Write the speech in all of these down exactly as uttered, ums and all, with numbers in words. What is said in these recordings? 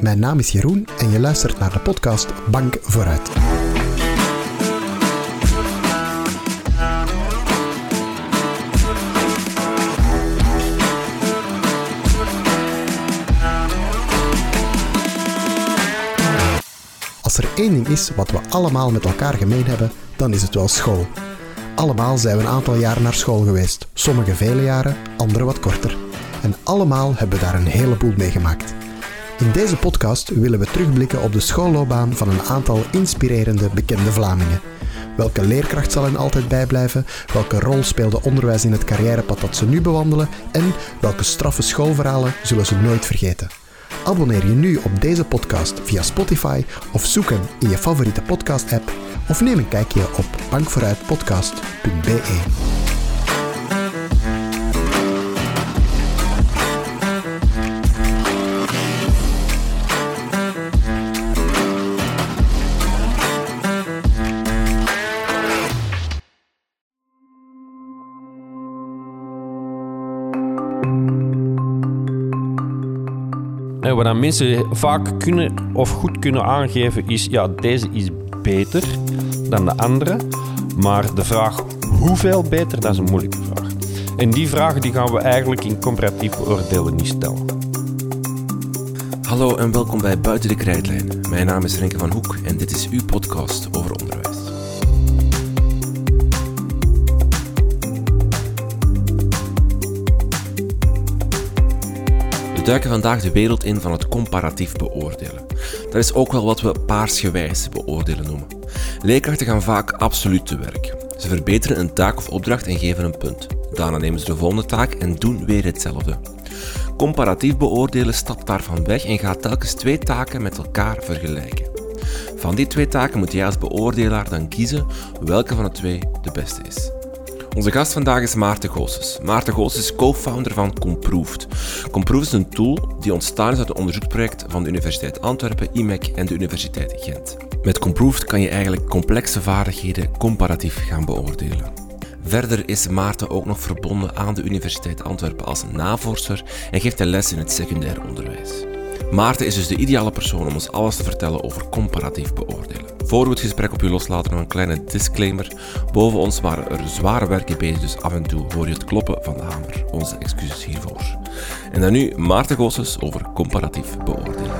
Mijn naam is Jeroen en je luistert naar de podcast Bank Vooruit. Als er één ding is wat we allemaal met elkaar gemeen hebben, dan is het wel school. Allemaal zijn we een aantal jaar naar school geweest. Sommigen vele jaren, anderen wat korter. En allemaal hebben we daar een heleboel meegemaakt. In deze podcast willen we terugblikken op de schoolloopbaan van een aantal inspirerende bekende Vlamingen. Welke leerkracht zal hen altijd bijblijven? Welke rol speelde onderwijs in het carrièrepad dat ze nu bewandelen? En welke straffe schoolverhalen zullen ze nooit vergeten? Abonneer je nu op deze podcast via Spotify of zoek hem in je favoriete podcast-app of neem een kijkje op bankvooruitpodcast punt b e. En wat dan mensen vaak kunnen of goed kunnen aangeven is, ja, deze is beter dan de andere. Maar de vraag hoeveel beter, dat is een moeilijke vraag. En die vragen die gaan we eigenlijk in comparatief beoordelen niet stellen. Hallo en welkom bij Buiten de Krijtlijn. Mijn naam is Renke van Hoek en dit is uw podcast over onderwijs. We duiken vandaag de wereld in van het comparatief beoordelen. Dat is ook wel wat we paarsgewijs beoordelen noemen. Leerkrachten gaan vaak absoluut te werk. Ze verbeteren een taak of opdracht en geven een punt. Daarna nemen ze de volgende taak en doen weer hetzelfde. Comparatief beoordelen stapt daarvan weg en gaat telkens twee taken met elkaar vergelijken. Van die twee taken moet jij als beoordelaar dan kiezen welke van de twee de beste is. Onze gast vandaag is Maarten Goossens. Maarten Goossens is co-founder van Comproved. Comproved is een tool die ontstaan is uit een onderzoeksproject van de Universiteit Antwerpen, I M E C en de Universiteit Gent. Met Comproved kan je eigenlijk complexe vaardigheden comparatief gaan beoordelen. Verder is Maarten ook nog verbonden aan de Universiteit Antwerpen als navorser en geeft hij les in het secundair onderwijs. Maarten is dus de ideale persoon om ons alles te vertellen over comparatief beoordelen. Voor we het gesprek op u loslaten, nog een kleine disclaimer. Boven ons waren er zware werken bezig, dus af en toe hoor je het kloppen van de hamer. Onze excuses hiervoor. En dan nu Maarten Goossens over comparatief beoordelen.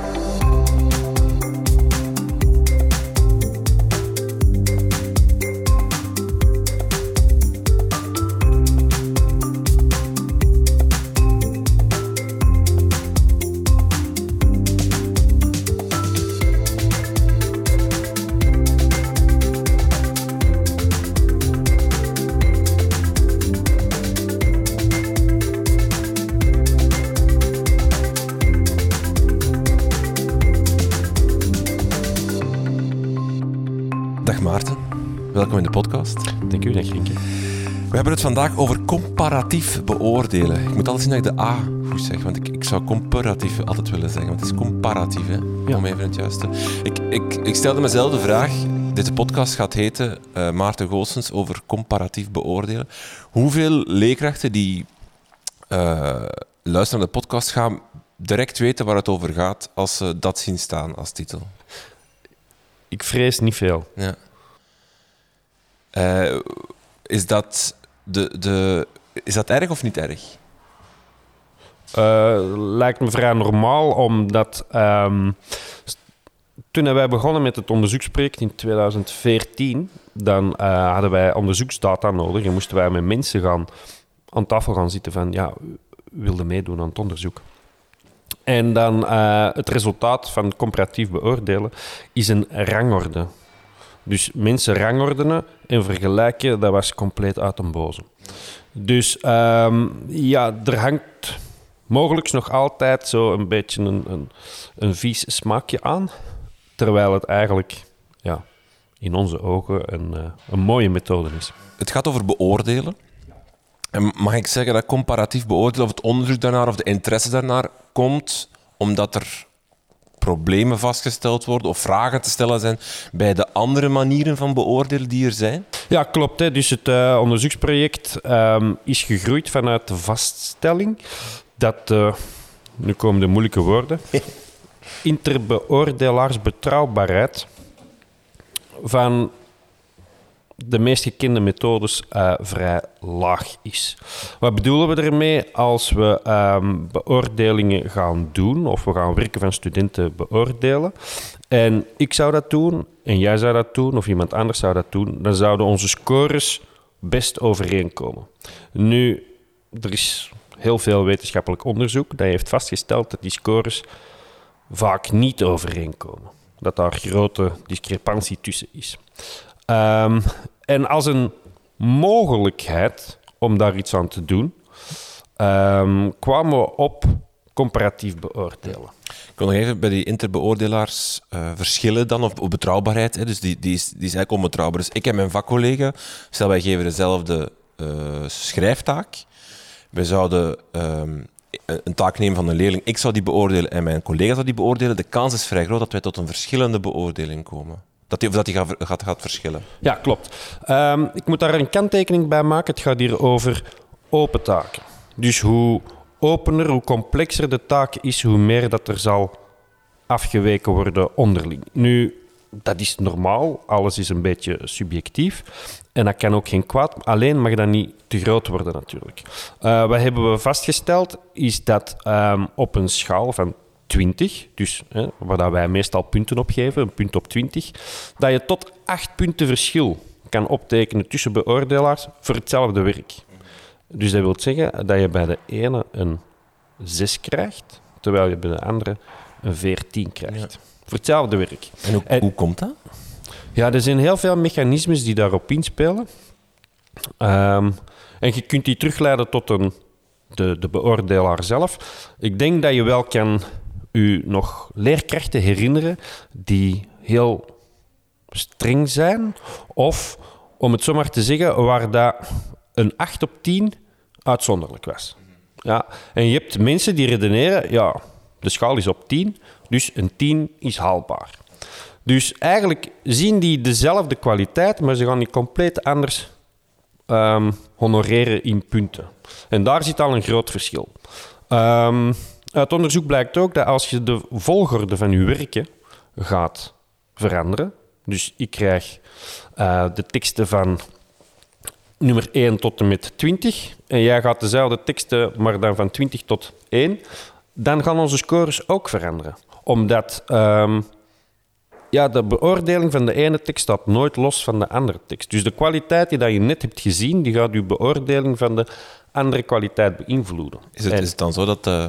Dag Maarten, welkom in de podcast. Dank u, dag Renke. We hebben het vandaag over comparatief beoordelen. Ik moet altijd zien dat ik de A goed zeg, want ik, ik zou comparatief altijd willen zeggen, want het is comparatief, hè? Ja. Om even het juiste. Ik, ik, ik stelde mezelf de vraag, deze podcast gaat heten uh, Maarten Goossens over comparatief beoordelen. Hoeveel leerkrachten die uh, luisteren naar de podcast gaan direct weten waar het over gaat als ze dat zien staan als titel? Ik vrees niet veel. Ja. Uh, is, dat de, de, is dat erg of niet erg? Uh, lijkt me vrij normaal, omdat um, toen wij begonnen met het onderzoeksproject in tweeduizend veertien, dan uh, hadden wij onderzoeksdata nodig en moesten wij met mensen gaan, aan tafel gaan zitten van, ja, wilden meedoen aan het onderzoek. En dan uh, het resultaat van comparatief beoordelen is een rangorde. Dus mensen rangordenen en vergelijken, dat was compleet uit den boze. Dus um, ja, er hangt mogelijk nog altijd zo een beetje een, een, een vies smaakje aan, terwijl het eigenlijk ja, in onze ogen een, uh, een mooie methode is. Het gaat over beoordelen. En mag ik zeggen dat comparatief beoordelen, of het onderzoek daarnaar, of de interesse daarnaar, komt omdat er problemen vastgesteld worden of vragen te stellen zijn bij de andere manieren van beoordelen die er zijn? Ja, klopt. Hè. Dus het uh, onderzoeksproject um, is gegroeid vanuit de vaststelling dat, uh, nu komen de moeilijke woorden, interbeoordelaarsbetrouwbaarheid van de meest gekende methodes uh, vrij laag is. Wat bedoelen we ermee als we um, beoordelingen gaan doen of we gaan werken van studenten beoordelen? En ik zou dat doen en jij zou dat doen of iemand anders zou dat doen, dan zouden onze scores best overeenkomen. Nu, er is heel veel wetenschappelijk onderzoek dat heeft vastgesteld dat die scores vaak niet overeenkomen. Dat daar grote discrepantie tussen is. Um, en als een mogelijkheid om daar iets aan te doen, um, kwamen we op comparatief beoordelen. Ik wil nog even bij die interbeoordelaars uh, verschillen dan op, op betrouwbaarheid. Hè. Dus die, die, is, die is eigenlijk onbetrouwbaar. Dus ik en mijn vakcollega, stel wij geven dezelfde uh, schrijftaak. Wij zouden um, een taak nemen van een leerling. Ik zou die beoordelen en mijn collega zou die beoordelen. De kans is vrij groot dat wij tot een verschillende beoordeling komen. Dat die, of dat die gaat, gaat, gaat verschillen. Ja, klopt. Um, ik moet daar een kanttekening bij maken. Het gaat hier over open taken. Dus hoe opener, hoe complexer de taak is, hoe meer dat er zal afgeweken worden onderling. Nu, dat is normaal. Alles is een beetje subjectief. En dat kan ook geen kwaad. Alleen mag dat niet te groot worden, natuurlijk. Uh, wat hebben we vastgesteld, is dat um, op een schaal van twintig, dus hè, waar wij meestal punten op geven, een punt op twintig, dat je tot acht punten verschil kan optekenen tussen beoordelaars voor hetzelfde werk. Dus dat wil zeggen dat je bij de ene een zes krijgt, terwijl je bij de andere een veertien krijgt. Ja. Voor hetzelfde werk. En hoe, en, hoe komt dat? Ja, er zijn heel veel mechanismes die daarop inspelen. Um, en je kunt die terugleiden tot een, de, de beoordelaar zelf. Ik denk dat je wel kan u nog leerkrachten herinneren die heel streng zijn, of, om het zo maar te zeggen, waar dat een acht op tien uitzonderlijk was. Ja, en je hebt mensen die redeneren, ja, de schaal is op tien, dus een tien is haalbaar. Dus eigenlijk zien die dezelfde kwaliteit, maar ze gaan die compleet anders um, honoreren in punten. En daar zit al een groot verschil. Um, uit onderzoek blijkt ook dat als je de volgorde van je werken gaat veranderen, dus ik krijg uh, de teksten van nummer één tot en met twintig, en jij gaat dezelfde teksten, maar dan van twintig tot één, dan gaan onze scores ook veranderen. Omdat um, ja, de beoordeling van de ene tekst staat nooit los van de andere tekst. Dus de kwaliteit die je net hebt gezien, die gaat je beoordeling van de andere kwaliteit beïnvloeden. Is het, is het dan zo dat, uh,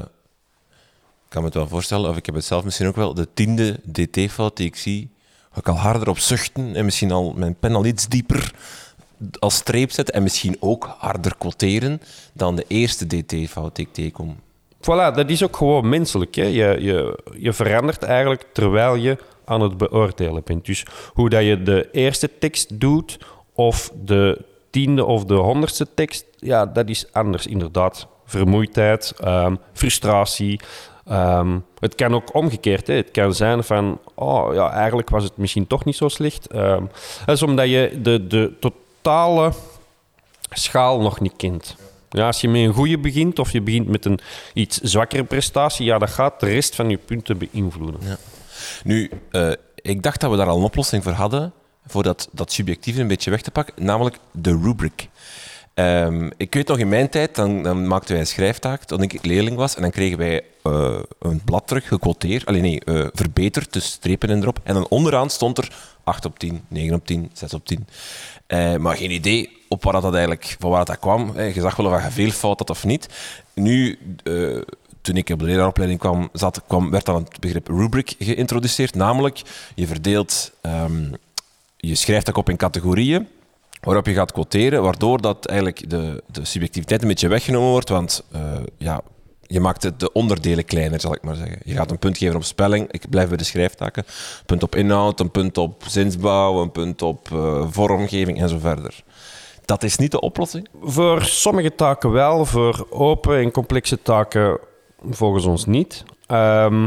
ik kan me het wel voorstellen, of ik heb het zelf misschien ook wel, de tiende D T-fout die ik zie, ga ik al harder op zuchten en misschien al mijn pen al iets dieper als streep zetten en misschien ook harder quoteren dan de eerste D T-fout die ik tegenkom. Voilà, dat is ook gewoon menselijk. Hè? Je, je, je verandert eigenlijk terwijl je aan het beoordelen bent. Dus hoe dat je de eerste tekst doet of de tiende of de honderdste tekst, ja, dat is anders inderdaad. Vermoeidheid, um, frustratie. Um, het kan ook omgekeerd. Hè? Het kan zijn van, oh ja, eigenlijk was het misschien toch niet zo slecht. Um, dat is omdat je de, de totale schaal nog niet kent. Ja, als je met een goede begint of je begint met een iets zwakkere prestatie, ja, dat gaat de rest van je punten beïnvloeden. Ja. Nu, uh, ik dacht dat we daar al een oplossing voor hadden, voor dat, dat subjectieve een beetje weg te pakken, namelijk de rubric. Um, ik weet nog in mijn tijd, dan, dan maakten wij een schrijftaak toen ik leerling was en dan kregen wij uh, een blad terug, gequoteerd, alleen nee, uh, verbeterd, dus strepen en erop. En dan onderaan stond er acht op tien, negen op tien, zes op tien. Uh, maar geen idee op waar dat eigenlijk, van waar dat kwam. Je zag wel of je veel fout had of niet. Nu, uh, toen ik op de leraaropleiding kwam, zat, kwam, werd dan het begrip rubric geïntroduceerd. Namelijk, je verdeelt um, je schrijftaak op in categorieën, waarop je gaat quoteren, waardoor dat eigenlijk de, de subjectiviteit een beetje weggenomen wordt, want uh, ja, je maakt de, de onderdelen kleiner, zal ik maar zeggen. Je gaat een punt geven op spelling, ik blijf bij de schrijftaken, een punt op inhoud, een punt op zinsbouw, een punt op uh, vormgeving en zo verder. Dat is niet de oplossing? Voor sommige taken wel, voor open en complexe taken volgens ons niet. Um,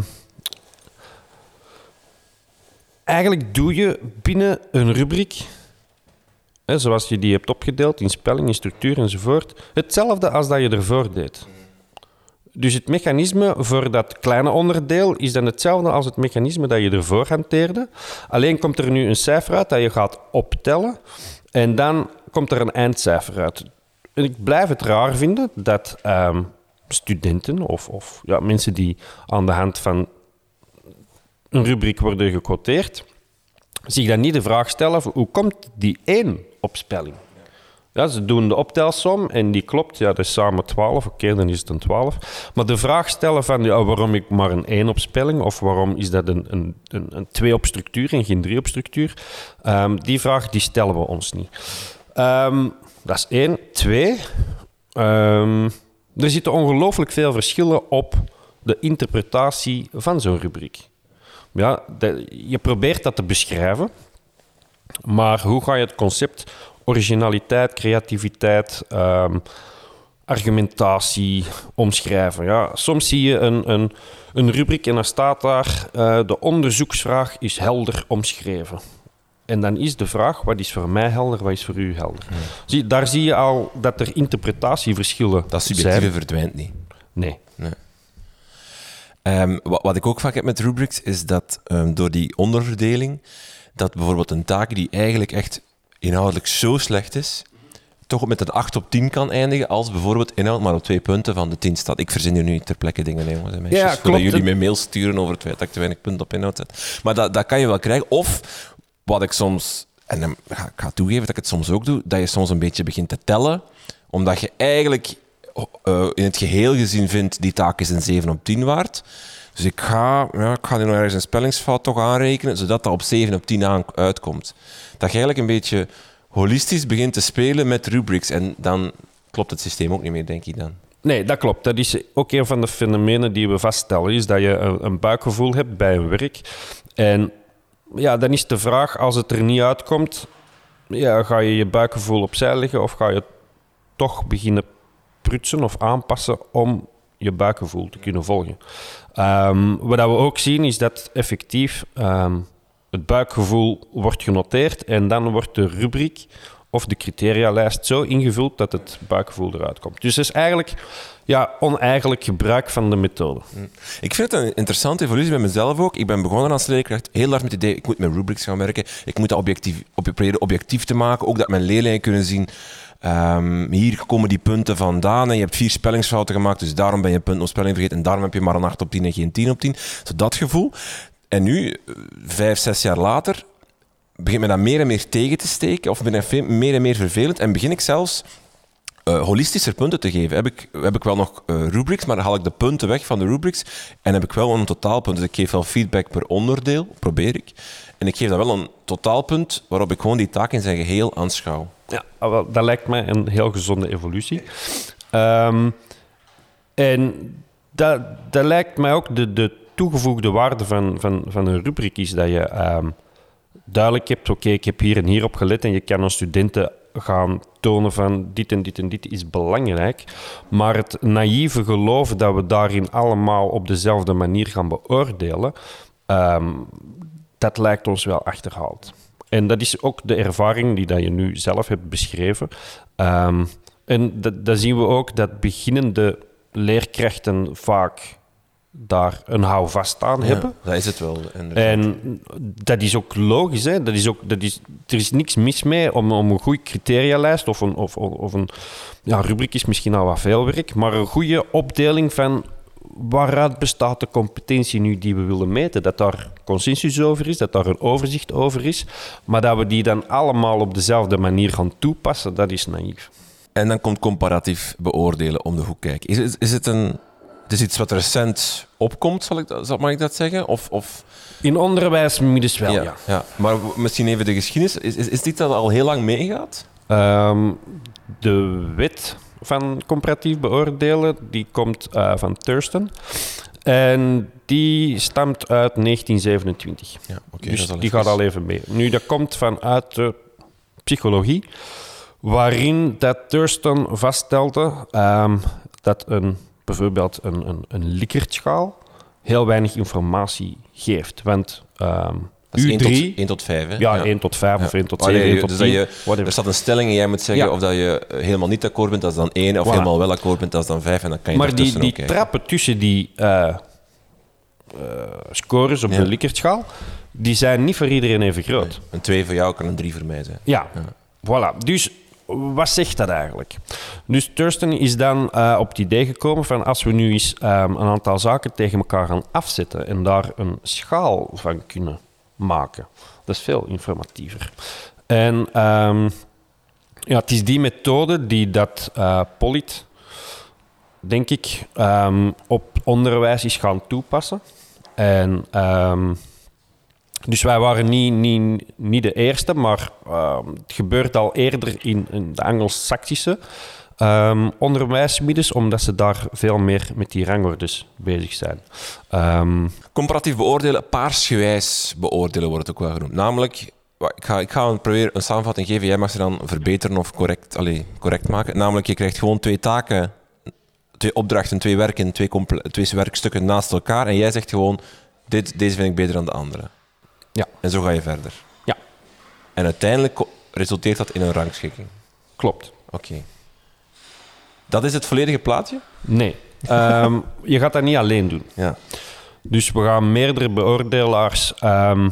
eigenlijk doe je binnen een rubriek, hè, zoals je die hebt opgedeeld in spelling, in structuur enzovoort, hetzelfde als dat je ervoor deed. Dus het mechanisme voor dat kleine onderdeel is dan hetzelfde als het mechanisme dat je ervoor hanteerde. Alleen komt er nu een cijfer uit dat je gaat optellen en dan komt er een eindcijfer uit. En ik blijf het raar vinden dat um, studenten of, of ja, mensen die aan de hand van een rubriek worden gequoteerd, zich dan niet de vraag stellen, hoe komt die één opspelling? Ja, ze doen de optelsom en die klopt, ja, dat is samen twaalf, oké, okay, dan is het een twaalf. Maar de vraag stellen van, ja, waarom ik maar een één opspelling of waarom is dat een, een, een, een twee op structuur en geen drie op structuur, um, die vraag die stellen we ons niet. Um, dat is één. Twee, um, er zitten ongelooflijk veel verschillen op de interpretatie van zo'n rubriek. Ja, de, je probeert dat te beschrijven, maar hoe ga je het concept originaliteit, creativiteit, um, argumentatie omschrijven? Ja, soms zie je een, een, een rubriek en dan staat daar uh, de onderzoeksvraag is helder omschreven. En dan is de vraag, wat is voor mij helder, wat is voor u helder? Hmm. Zie, daar zie je al dat er interpretatieverschillen zijn. Dat subjectieve verdwijnt niet. Nee. nee. Um, wat, wat ik ook vaak heb met rubrics, is dat um, door die onderverdeling, dat bijvoorbeeld een taak die eigenlijk echt inhoudelijk zo slecht is, toch met een acht op tien kan eindigen, als bijvoorbeeld inhoud maar op twee punten van de tien staat. Ik verzin hier nu niet ter plekke dingen, jongens en meisjes. Ja, zodat jullie mij mail sturen over het feit dat ik te weinig punten op inhoud zet. Maar dat, dat kan je wel krijgen. Of, wat ik soms, en dan ga ik ga toegeven dat ik het soms ook doe, dat je soms een beetje begint te tellen, omdat je eigenlijk uh, in het geheel gezien vindt, die taak is een zeven op tien waard. Dus ik ga, ja, ik ga nu nog ergens een spellingsfout toch aanrekenen, zodat dat op zeven op tien aan, uitkomt. Dat je eigenlijk een beetje holistisch begint te spelen met rubrics. En dan klopt het systeem ook niet meer, denk ik dan. Nee, dat klopt. Dat is ook een van de fenomenen die we vaststellen. Is dat je een, een buikgevoel hebt bij een werk. En ja, dan is de vraag, als het er niet uitkomt, ja, ga je je buikgevoel opzij leggen of ga je toch beginnen prutsen of aanpassen om je buikgevoel te kunnen volgen. Um, wat we ook zien is dat effectief um, het buikgevoel wordt genoteerd en dan wordt de rubriek of de criterialijst zo ingevuld dat het buikgevoel eruit komt. Dus het is eigenlijk ja, oneigenlijk gebruik van de methode. Ik vind het een interessante evolutie bij mezelf ook. Ik ben begonnen als leerkracht heel hard met het idee, ik moet met rubrics gaan werken, ik moet dat objectief, proberen objectief te maken, ook dat mijn leerlingen kunnen zien, Um, hier komen die punten vandaan en je hebt vier spellingsfouten gemaakt, dus daarom ben je een punt op spelling vergeten en daarom heb je maar een acht op tien en geen tien op tien. Zo dat gevoel. En nu, vijf, zes jaar later, begint me dat meer en meer tegen te steken of ben ik meer en meer vervelend en begin ik zelfs uh, holistischer punten te geven. Heb ik, heb ik wel nog uh, rubrics, maar dan haal ik de punten weg van de rubrics en heb ik wel een totaalpunt. Dus ik geef wel feedback per onderdeel, probeer ik. En ik geef dan wel een totaalpunt waarop ik gewoon die taak in zijn geheel aanschouw. Ja, dat lijkt mij een heel gezonde evolutie. Um, en dat, dat lijkt mij ook de, de toegevoegde waarde van, van, van een rubriek is dat je um, duidelijk hebt, oké, okay, ik heb hier en hier op gelet en je kan aan studenten gaan tonen van dit en dit en dit is belangrijk. Maar het naïeve geloof dat we daarin allemaal op dezelfde manier gaan beoordelen, um, dat lijkt ons wel achterhaald. En dat is ook de ervaring die dat je nu zelf hebt beschreven. Um, en dat, dat zien we ook, dat beginnende leerkrachten vaak daar een houvast aan ja, hebben. Dat is het wel. Inderdaad. En dat is ook logisch. Hè? Dat is ook, dat is, er is niks mis mee om, om een goede criterialijst of een, of, of een ja, rubriek is misschien al wat veel werk, maar een goede opdeling van waaruit bestaat de competentie nu die we willen meten? Dat daar consensus over is, dat daar een overzicht over is, maar dat we die dan allemaal op dezelfde manier gaan toepassen, dat is naïef. En dan komt comparatief beoordelen om de hoek kijken. Is, is, is het een... Het is iets wat recent opkomt, zal ik, zal, mag ik dat zeggen? Of, of... In onderwijs middels wel, ja. ja. ja. Maar misschien even de geschiedenis. Is, is, is dit dat al heel lang meegaat? Um, de wet van comparatief beoordelen die komt uh, van Thurston. En die stamt uit negentien zevenentwintig. Ja, okay, dus die gaat al even mee. Nu, dat komt vanuit de psychologie, waarin dat Thurston vaststelde um, dat een... bijvoorbeeld een, een, een Likert-schaal heel weinig informatie geeft. Want um, Dat is U drie. één tot, één tot vijf, hè? Ja, ja, één tot vijf ja. of één tot Oh, zeven, nee, één tot dus tien. dat je, er staat een stelling en jij moet zeggen Ja. of dat je helemaal niet akkoord bent, dat is dan één, of Voilà. helemaal wel akkoord bent, dat is dan vijf. En dan kan je Maar die, daartussen die ook kijken. trappen tussen die uh, uh, scores op Ja. de Likkertschaal, die zijn niet voor iedereen even groot. Nee. Een twee voor jou kan een drie voor mij zijn. Ja, Ja. voilà. Dus wat zegt dat eigenlijk? Dus Thurston is dan uh, op het idee gekomen van als we nu eens um, een aantal zaken tegen elkaar gaan afzetten en daar een schaal van kunnen maken. Dat is veel informatiever. En um, ja, het is die methode die dat uh, Polit, denk ik, um, op onderwijs is gaan toepassen. En um, dus wij waren niet, niet, niet de eerste, maar uh, het gebeurt al eerder in, in de Anglo-Saxische um, onderwijsmiddels, omdat ze daar veel meer met die rangordes bezig zijn. Um, Comparatief beoordelen, paarsgewijs beoordelen wordt het ook wel genoemd. Namelijk, ik ga, ik ga een, proberen een samenvatting geven, jij mag ze dan verbeteren of correct, allez, correct maken. Namelijk, je krijgt gewoon twee taken, twee opdrachten, twee werken, twee, comple- twee werkstukken naast elkaar en jij zegt gewoon, dit, deze vind ik beter dan de andere. Ja. En zo ga je verder. Ja. En uiteindelijk ko- resulteert dat in een rangschikking. klopt. Oké. Okay. Dat is het volledige plaatje? Nee. Um, je gaat dat niet alleen doen. Ja. Dus we gaan meerdere beoordelaars um,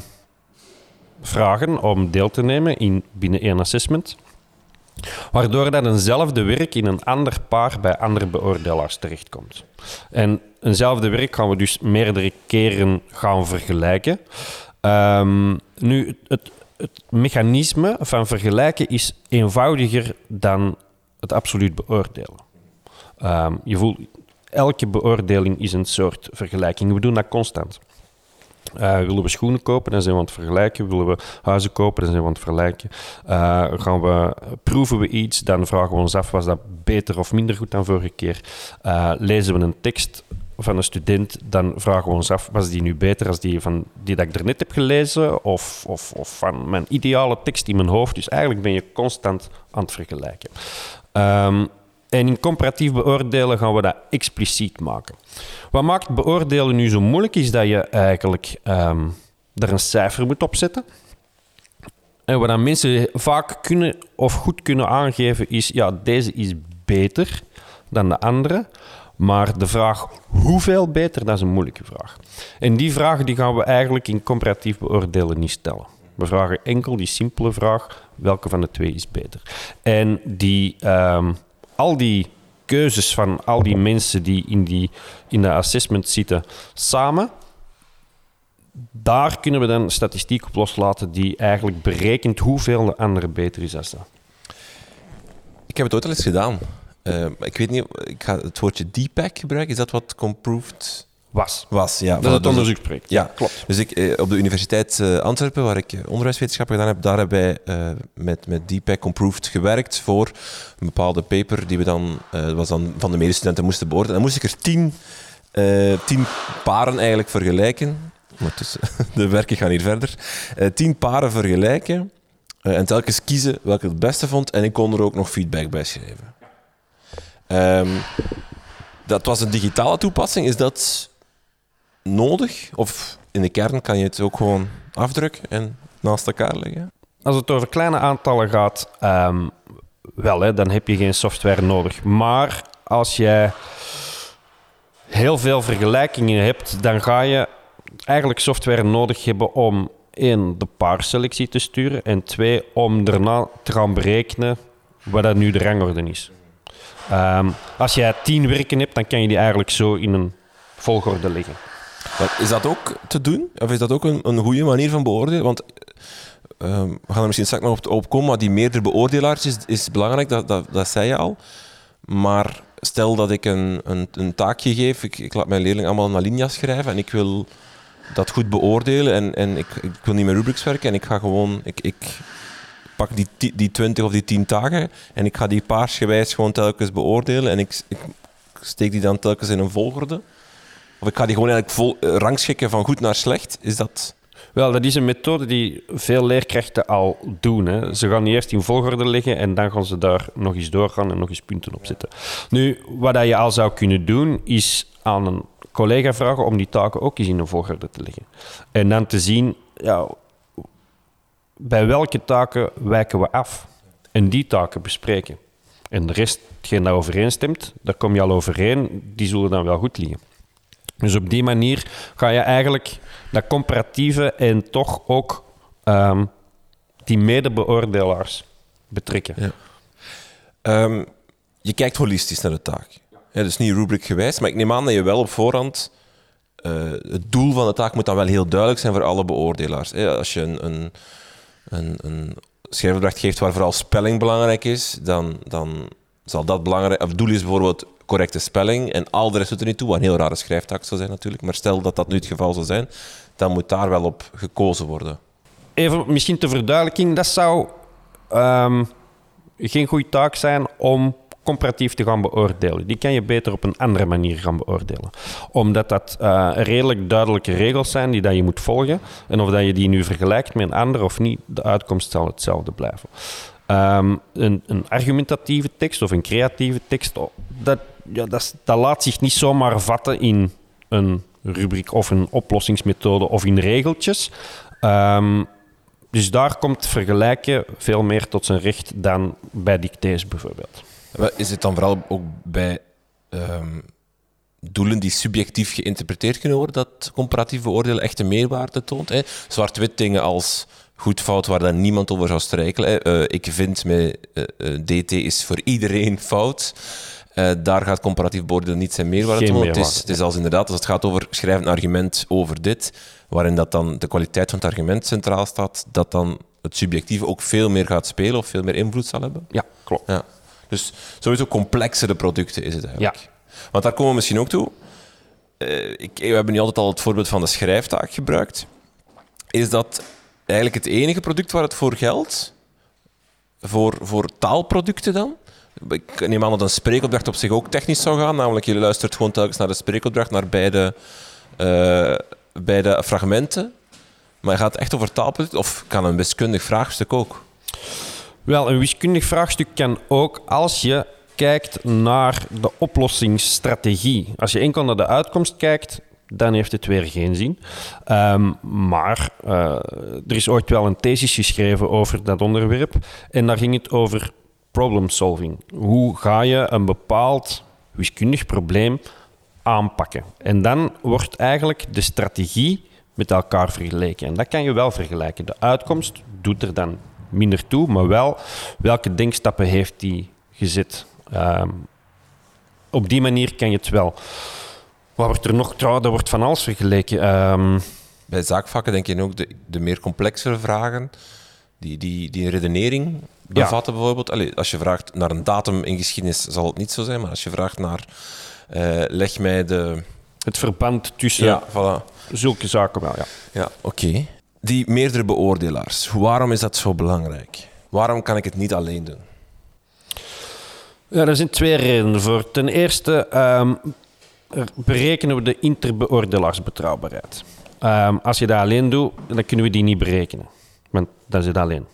vragen om deel te nemen in binnen één assessment. Waardoor dat eenzelfde werk in een ander paar bij andere beoordelaars terechtkomt. En eenzelfde werk gaan we dus meerdere keren gaan vergelijken. Um, nu, het, het mechanisme van vergelijken is eenvoudiger dan het absoluut beoordelen. Um, je voelt, elke beoordeling is een soort vergelijking. We doen dat constant. Uh, willen we schoenen kopen, dan zijn we aan het vergelijken. Willen we huizen kopen, dan zijn we aan het vergelijken. Uh, gaan we, proeven we iets, dan vragen we ons af, was dat beter of minder goed dan vorige keer? Uh, lezen we een tekst van een student, dan vragen we ons af, was die nu beter als die, van, die dat ik er net heb gelezen? Of, of, of van mijn ideale tekst in mijn hoofd? Dus eigenlijk ben je constant aan het vergelijken. Um, En in comparatief beoordelen gaan we dat expliciet maken. Wat maakt beoordelen nu zo moeilijk, is dat je eigenlijk um, er een cijfer moet op zetten. En wat dan mensen vaak kunnen of goed kunnen aangeven is, ja, deze is beter dan de andere. Maar de vraag hoeveel beter, dat is een moeilijke vraag. En die vragen die gaan we eigenlijk in comparatief beoordelen niet stellen. We vragen enkel die simpele vraag, welke van de twee is beter? En die... Um, al die keuzes van al die mensen die in, die in de assessment zitten samen, daar kunnen we dan statistiek op loslaten die eigenlijk berekent hoeveel de andere beter is dan ze. Ik heb het ooit al eens gedaan. Uh, ik weet niet, ik ga het woordje D PAC gebruiken. Is dat wat comproved was? Was, ja. Dat is het onderzoeksproject. Ja, klopt. Dus ik, uh, op de Universiteit uh, Antwerpen, waar ik uh, onderwijswetenschappen gedaan heb, daar hebben wij uh, met, met D PAC comproved gewerkt voor een bepaalde paper die we dan, uh, was dan van de medestudenten moesten beoordelen. En dan moest ik er tien, uh, tien paren eigenlijk vergelijken. Ondertussen, de werken gaan hier verder. Uh, tien paren vergelijken uh, en telkens kiezen welke ik het beste vond. En ik kon er ook nog feedback bij schrijven. Um, dat was een digitale toepassing. Is dat nodig? Of in de kern kan je het ook gewoon afdrukken en naast elkaar leggen? Als het over kleine aantallen gaat, um, wel, hè, dan heb je geen software nodig. Maar als jij heel veel vergelijkingen hebt, dan ga je eigenlijk software nodig hebben om één, de paarselectie te sturen en twee, om daarna te gaan berekenen wat dat nu de rangorde is. Um, als jij tien werken hebt, dan kan je die eigenlijk zo in een volgorde leggen. Maar is dat ook te doen? Of is dat ook een, een goede manier van beoordelen? Want um, we gaan er misschien straks nog op, op komen, maar die meerdere beoordelaars is, is belangrijk, dat, dat, dat zei je al. Maar stel dat ik een, een, een taakje geef, ik, ik laat mijn leerling allemaal een alinea schrijven en ik wil dat goed beoordelen en, en ik, ik wil niet met rubrics werken en ik ga gewoon... Ik, ik pak die, die twintig of die tien dagen en ik ga die paarsgewijs gewoon telkens beoordelen en ik, ik steek die dan telkens in een volgorde. Of ik ga die gewoon eigenlijk vol, uh, rangschikken van goed naar slecht. Is dat... Wel, dat is een methode die veel leerkrachten al doen. Hè. Ze gaan eerst in volgorde leggen en dan gaan ze daar nog eens doorgaan en nog eens punten op zetten. Nu, wat je al zou kunnen doen, is aan een collega vragen om die taken ook eens in een volgorde te leggen. En dan te zien, ja, bij welke taken wijken we af en die taken bespreken. En de rest, hetgeen dat overeenstemt, daar kom je al overeen, die zullen dan wel goed liggen. Dus op die manier ga je eigenlijk dat comparatieve en toch ook um, die medebeoordelaars betrekken. Ja. Um, je kijkt holistisch naar de taak. Ja, dus niet rubricgewijs, maar ik neem aan dat je wel op voorhand... Uh, het doel van de taak moet dan wel heel duidelijk zijn voor alle beoordelaars. Ja, als je een, een, een, een schrijfopdracht geeft waar vooral spelling belangrijk is, dan, dan zal dat belangrijk... Of het doel is bijvoorbeeld correcte spelling en al de rest doet er niet toe, wat een heel rare schrijftaak zou zijn natuurlijk. Maar stel dat dat nu het geval zou zijn, dan moet daar wel op gekozen worden. Even misschien ter verduidelijking, dat zou um, geen goede taak zijn om comparatief te gaan beoordelen. Die kan je beter op een andere manier gaan beoordelen. Omdat dat uh, redelijk duidelijke regels zijn die dat je moet volgen. En of dat je die nu vergelijkt met een ander of niet, de uitkomst zal hetzelfde blijven. Um, een, een argumentatieve tekst of een creatieve tekst, dat, ja, dat, dat laat zich niet zomaar vatten in een rubriek of een oplossingsmethode of in regeltjes. Um, dus daar komt vergelijken veel meer tot zijn recht dan bij dictées bijvoorbeeld. Is het dan vooral ook bij um, doelen die subjectief geïnterpreteerd kunnen worden dat comparatief beoordelen echt een meerwaarde toont? Hè? Zwart-wit dingen als goed fout waar dan niemand over zou strijkelen. Uh, ik vind met uh, uh, D T is voor iedereen fout. Uh, daar gaat comparatief beoordelen niet zijn meerwaarde tonen. Het is, het is als inderdaad, als het gaat over schrijf een argument over dit, waarin dat dan de kwaliteit van het argument centraal staat, dat dan het subjectieve ook veel meer gaat spelen of veel meer invloed zal hebben. Ja, klopt. Ja. Dus sowieso complexere producten is het eigenlijk. Ja. Want daar komen we misschien ook toe. Uh, ik, we hebben nu altijd al het voorbeeld van de schrijftaak gebruikt. Is dat eigenlijk het enige product waar het voor geldt? Voor, voor taalproducten dan? Ik neem aan dat een spreekopdracht op zich ook technisch zou gaan. Namelijk, je luistert gewoon telkens naar de spreekopdracht, naar beide, uh, beide fragmenten. Maar je gaat echt over taalproducten? Of kan een wiskundig vraagstuk ook? Wel, een wiskundig vraagstuk kan ook als je kijkt naar de oplossingsstrategie. Als je enkel naar de uitkomst kijkt, dan heeft het weer geen zin. Um, maar uh, er is ooit wel een thesis geschreven over dat onderwerp. En daar ging het over problem solving. Hoe ga je een bepaald wiskundig probleem aanpakken? En dan wordt eigenlijk de strategie met elkaar vergeleken. En dat kan je wel vergelijken. De uitkomst doet er dan minder toe, maar wel welke denkstappen heeft die gezet. Um, op die manier kan je het wel. Wat wordt er nog? Trouw, er wordt van alles vergeleken. Um, Bij zaakvakken denk je ook de, de meer complexere vragen, die, die, die een redenering bevatten ja. bijvoorbeeld. Allee, als je vraagt naar een datum in geschiedenis zal het niet zo zijn, maar als je vraagt naar uh, leg mij de... Het verband tussen ja, voilà. zulke zaken wel, ja. Ja, oké. Okay. Die meerdere beoordelaars, waarom is dat zo belangrijk? Waarom kan ik het niet alleen doen? Ja, er zijn twee redenen voor. Ten eerste um, berekenen we de interbeoordelaarsbetrouwbaarheid. Um, als je dat alleen doet, dan kunnen we die niet berekenen. Want dat is het alleen.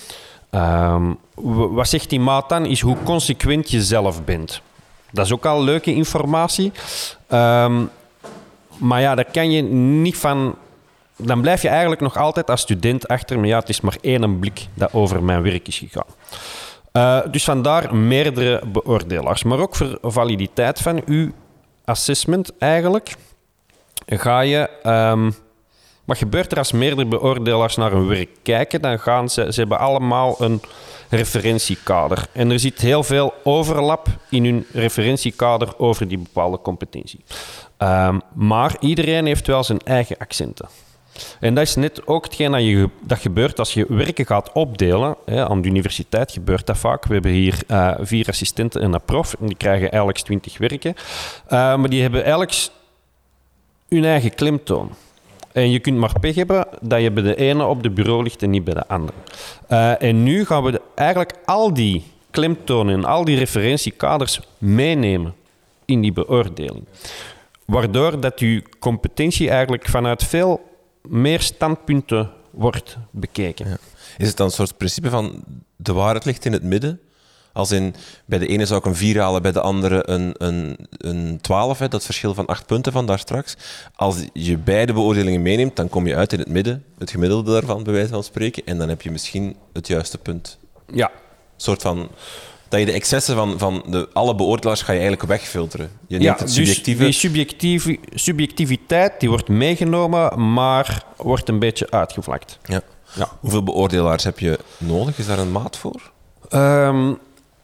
Um, wat zegt die maat dan? Is hoe consequent je zelf bent. Dat is ook al leuke informatie. Um, maar ja, daar kan je niet van... Dan blijf je eigenlijk nog altijd als student achter. Maar ja, het is maar één blik dat over mijn werk is gegaan. Uh, dus vandaar meerdere beoordelaars. Maar ook voor validiteit van uw assessment eigenlijk ga je... Um, wat gebeurt er als meerdere beoordelaars naar hun werk kijken? Dan gaan ze... Ze hebben allemaal een referentiekader. En er zit heel veel overlap in hun referentiekader over die bepaalde competentie. Um, maar iedereen heeft wel zijn eigen accenten. En dat is net ook hetgeen dat, je, dat gebeurt als je werken gaat opdelen. Hè, aan de universiteit gebeurt dat vaak. We hebben hier uh, vier assistenten en een prof. En die krijgen eigenlijk twintig werken. Uh, maar die hebben eigenlijk hun eigen klemtoon. En je kunt maar pech hebben dat je bij de ene op de bureau ligt en niet bij de andere. Uh, en nu gaan we de, eigenlijk al die klemtonen en al die referentiekaders meenemen in die beoordeling. Waardoor dat je competentie eigenlijk vanuit veel meer standpunten wordt bekeken. Ja. Is het dan een soort principe van de waarheid ligt in het midden? Als in, bij de ene zou ik een vier halen, bij de andere een, een, een twaalf. Hè, dat verschil van acht punten van daar straks. Als je beide beoordelingen meeneemt, dan kom je uit in het midden, het gemiddelde daarvan, bij wijze van spreken. En dan heb je misschien het juiste punt. Ja. Een soort van... Dat je de excessen van, van de, alle beoordelaars ga je eigenlijk wegfilteren. Je neemt Ja, het subjectieve... dus die subjectieve, subjectiviteit die wordt meegenomen, maar wordt een beetje uitgevlakt. Ja. Ja. Hoeveel beoordelaars heb je nodig? Is daar een maat voor? Um,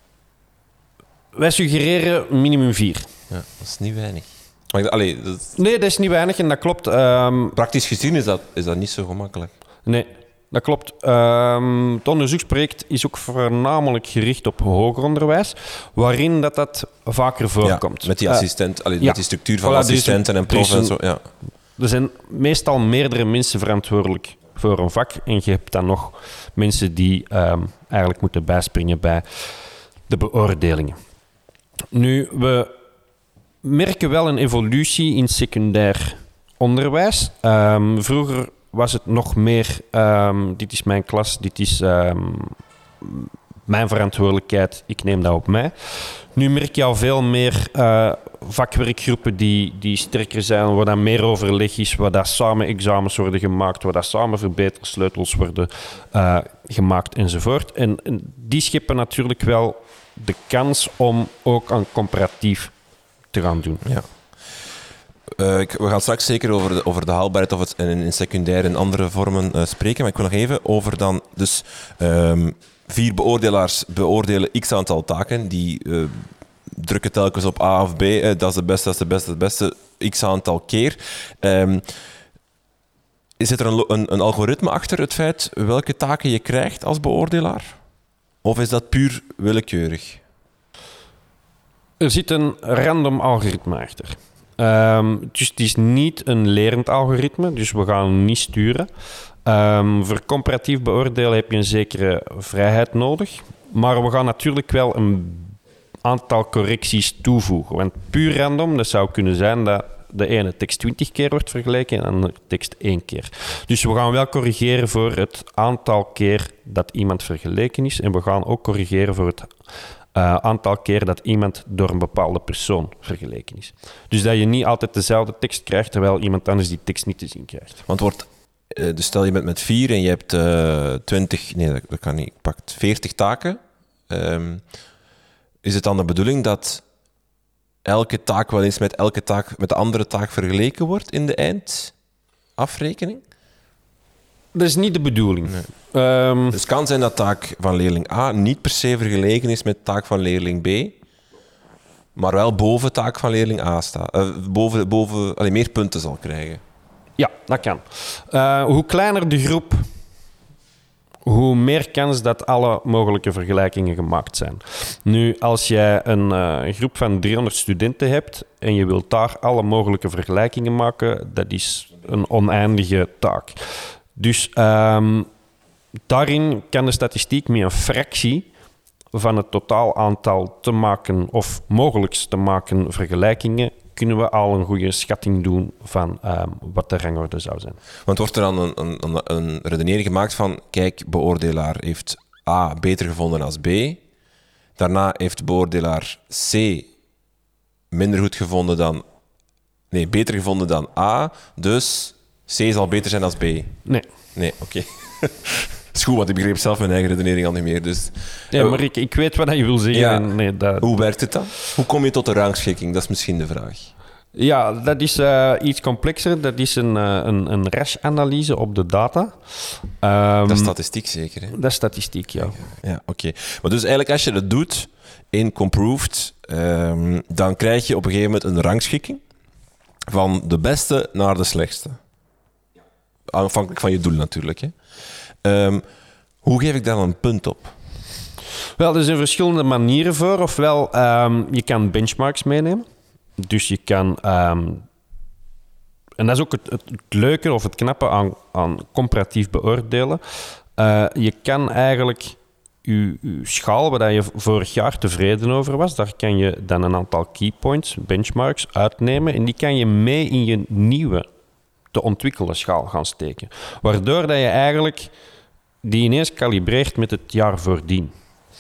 wij suggereren minimum vier. Ja, dat is niet weinig. Maar, allee, dat is... Nee, dat is niet weinig en dat klopt. Um, Praktisch gezien is dat, is dat niet zo gemakkelijk. nee, dat klopt. Um, het onderzoeksproject is ook voornamelijk gericht op hoger onderwijs, waarin dat, dat vaker voorkomt. Ja, met die assistent, uh, allee, ja. met die structuur van Voilà, assistenten dus, en prof dus en zo. Ja. Er zijn meestal meerdere mensen verantwoordelijk voor een vak. En je hebt dan nog mensen die um, eigenlijk moeten bijspringen bij de beoordelingen. Nu, we merken wel een evolutie in secundair onderwijs. Um, vroeger was het nog meer, um, dit is mijn klas, dit is um, mijn verantwoordelijkheid, ik neem dat op mij. Nu merk je al veel meer uh, vakwerkgroepen die, die sterker zijn, waar dan meer overleg is, waar dat samen examens worden gemaakt, waar dat samen verbetersleutels worden uh, gemaakt enzovoort. En, en die scheppen natuurlijk wel de kans om ook aan comparatief te gaan doen. Ja. Uh, ik, we gaan straks zeker over de, over de haalbaarheid of het in, in secundair en andere vormen uh, spreken, maar ik wil nog even over dan... Dus, um, vier beoordelaars beoordelen x aantal taken, die uh, drukken telkens op A of B, uh, dat is de beste, dat is de beste, dat is de beste, x aantal keer. Um, Zit er een, een, een algoritme achter het feit welke taken je krijgt als beoordelaar? Of is dat puur willekeurig? Er zit een random algoritme achter. Um, dus het is niet een lerend algoritme, dus we gaan niet sturen. Um, voor comparatief beoordelen heb je een zekere vrijheid nodig. Maar we gaan natuurlijk wel een aantal correcties toevoegen. Want puur random, dat zou kunnen zijn dat de ene tekst twintig keer wordt vergeleken en de andere tekst één keer. Dus we gaan wel corrigeren voor het aantal keer dat iemand vergeleken is. En we gaan ook corrigeren voor het uh, aantal keer dat iemand door een bepaalde persoon vergeleken is. Dus dat je niet altijd dezelfde tekst krijgt, terwijl iemand anders die tekst niet te zien krijgt. Want wordt, uh, dus stel je bent met vier en je hebt uh, twintig, nee dat, dat kan niet, pakt veertig taken. Um, is het dan de bedoeling dat elke taak wel eens met elke taak, met de andere taak vergeleken wordt in de eindafrekening? Dat is niet de bedoeling. Nee. Um, dus het kan zijn dat taak van leerling A niet per se vergeleken is met taak van leerling B, maar wel boven taak van leerling A staat. Uh, boven, boven allee, meer punten zal krijgen. Ja, dat kan. Uh, hoe kleiner de groep, hoe meer kans dat alle mogelijke vergelijkingen gemaakt zijn. Nu, als jij een uh, groep van driehonderd studenten hebt en je wilt daar alle mogelijke vergelijkingen maken, dat is een oneindige taak. Dus um, daarin kan de statistiek met een fractie van het totaal aantal te maken of mogelijk te maken vergelijkingen, kunnen we al een goede schatting doen van um, wat de rangorde zou zijn. Want wordt er dan een, een, een redenering gemaakt van, kijk, beoordelaar heeft A beter gevonden als B, daarna heeft beoordelaar C minder goed gevonden dan... Nee, beter gevonden dan A, dus C zal beter zijn als B. Nee. Nee, oké. Okay. is goed, want ik begreep zelf mijn eigen redenering al niet meer. Dus, ja, maar ik, ik weet wat je wil zeggen. Ja. En nee, dat... Hoe werkt het dan? Hoe kom je tot de rangschikking? Dat is misschien de vraag. Ja, dat is uh, iets complexer. Dat is een, uh, een, een rash-analyse op de data. Um, dat is statistiek zeker, hè? Dat is statistiek, ja. Ja, oké. Okay. Maar dus eigenlijk als je dat doet in Comproved, um, dan krijg je op een gegeven moment een rangschikking van de beste naar de slechtste. Afhankelijk van je doel natuurlijk, hè. Um, hoe geef ik daar dan een punt op? Wel, er zijn verschillende manieren voor. Ofwel, um, je kan benchmarks meenemen. Dus je kan... Um, en dat is ook het, het, het leuke of het knappe aan, aan comparatief beoordelen. Uh, je kan eigenlijk je, je schaal, waar je vorig jaar tevreden over was, daar kan je dan een aantal keypoints, benchmarks, uitnemen. En die kan je mee in je nieuwe te ontwikkelde schaal gaan steken. Waardoor dat je eigenlijk die ineens kalibreert met het jaar voordien.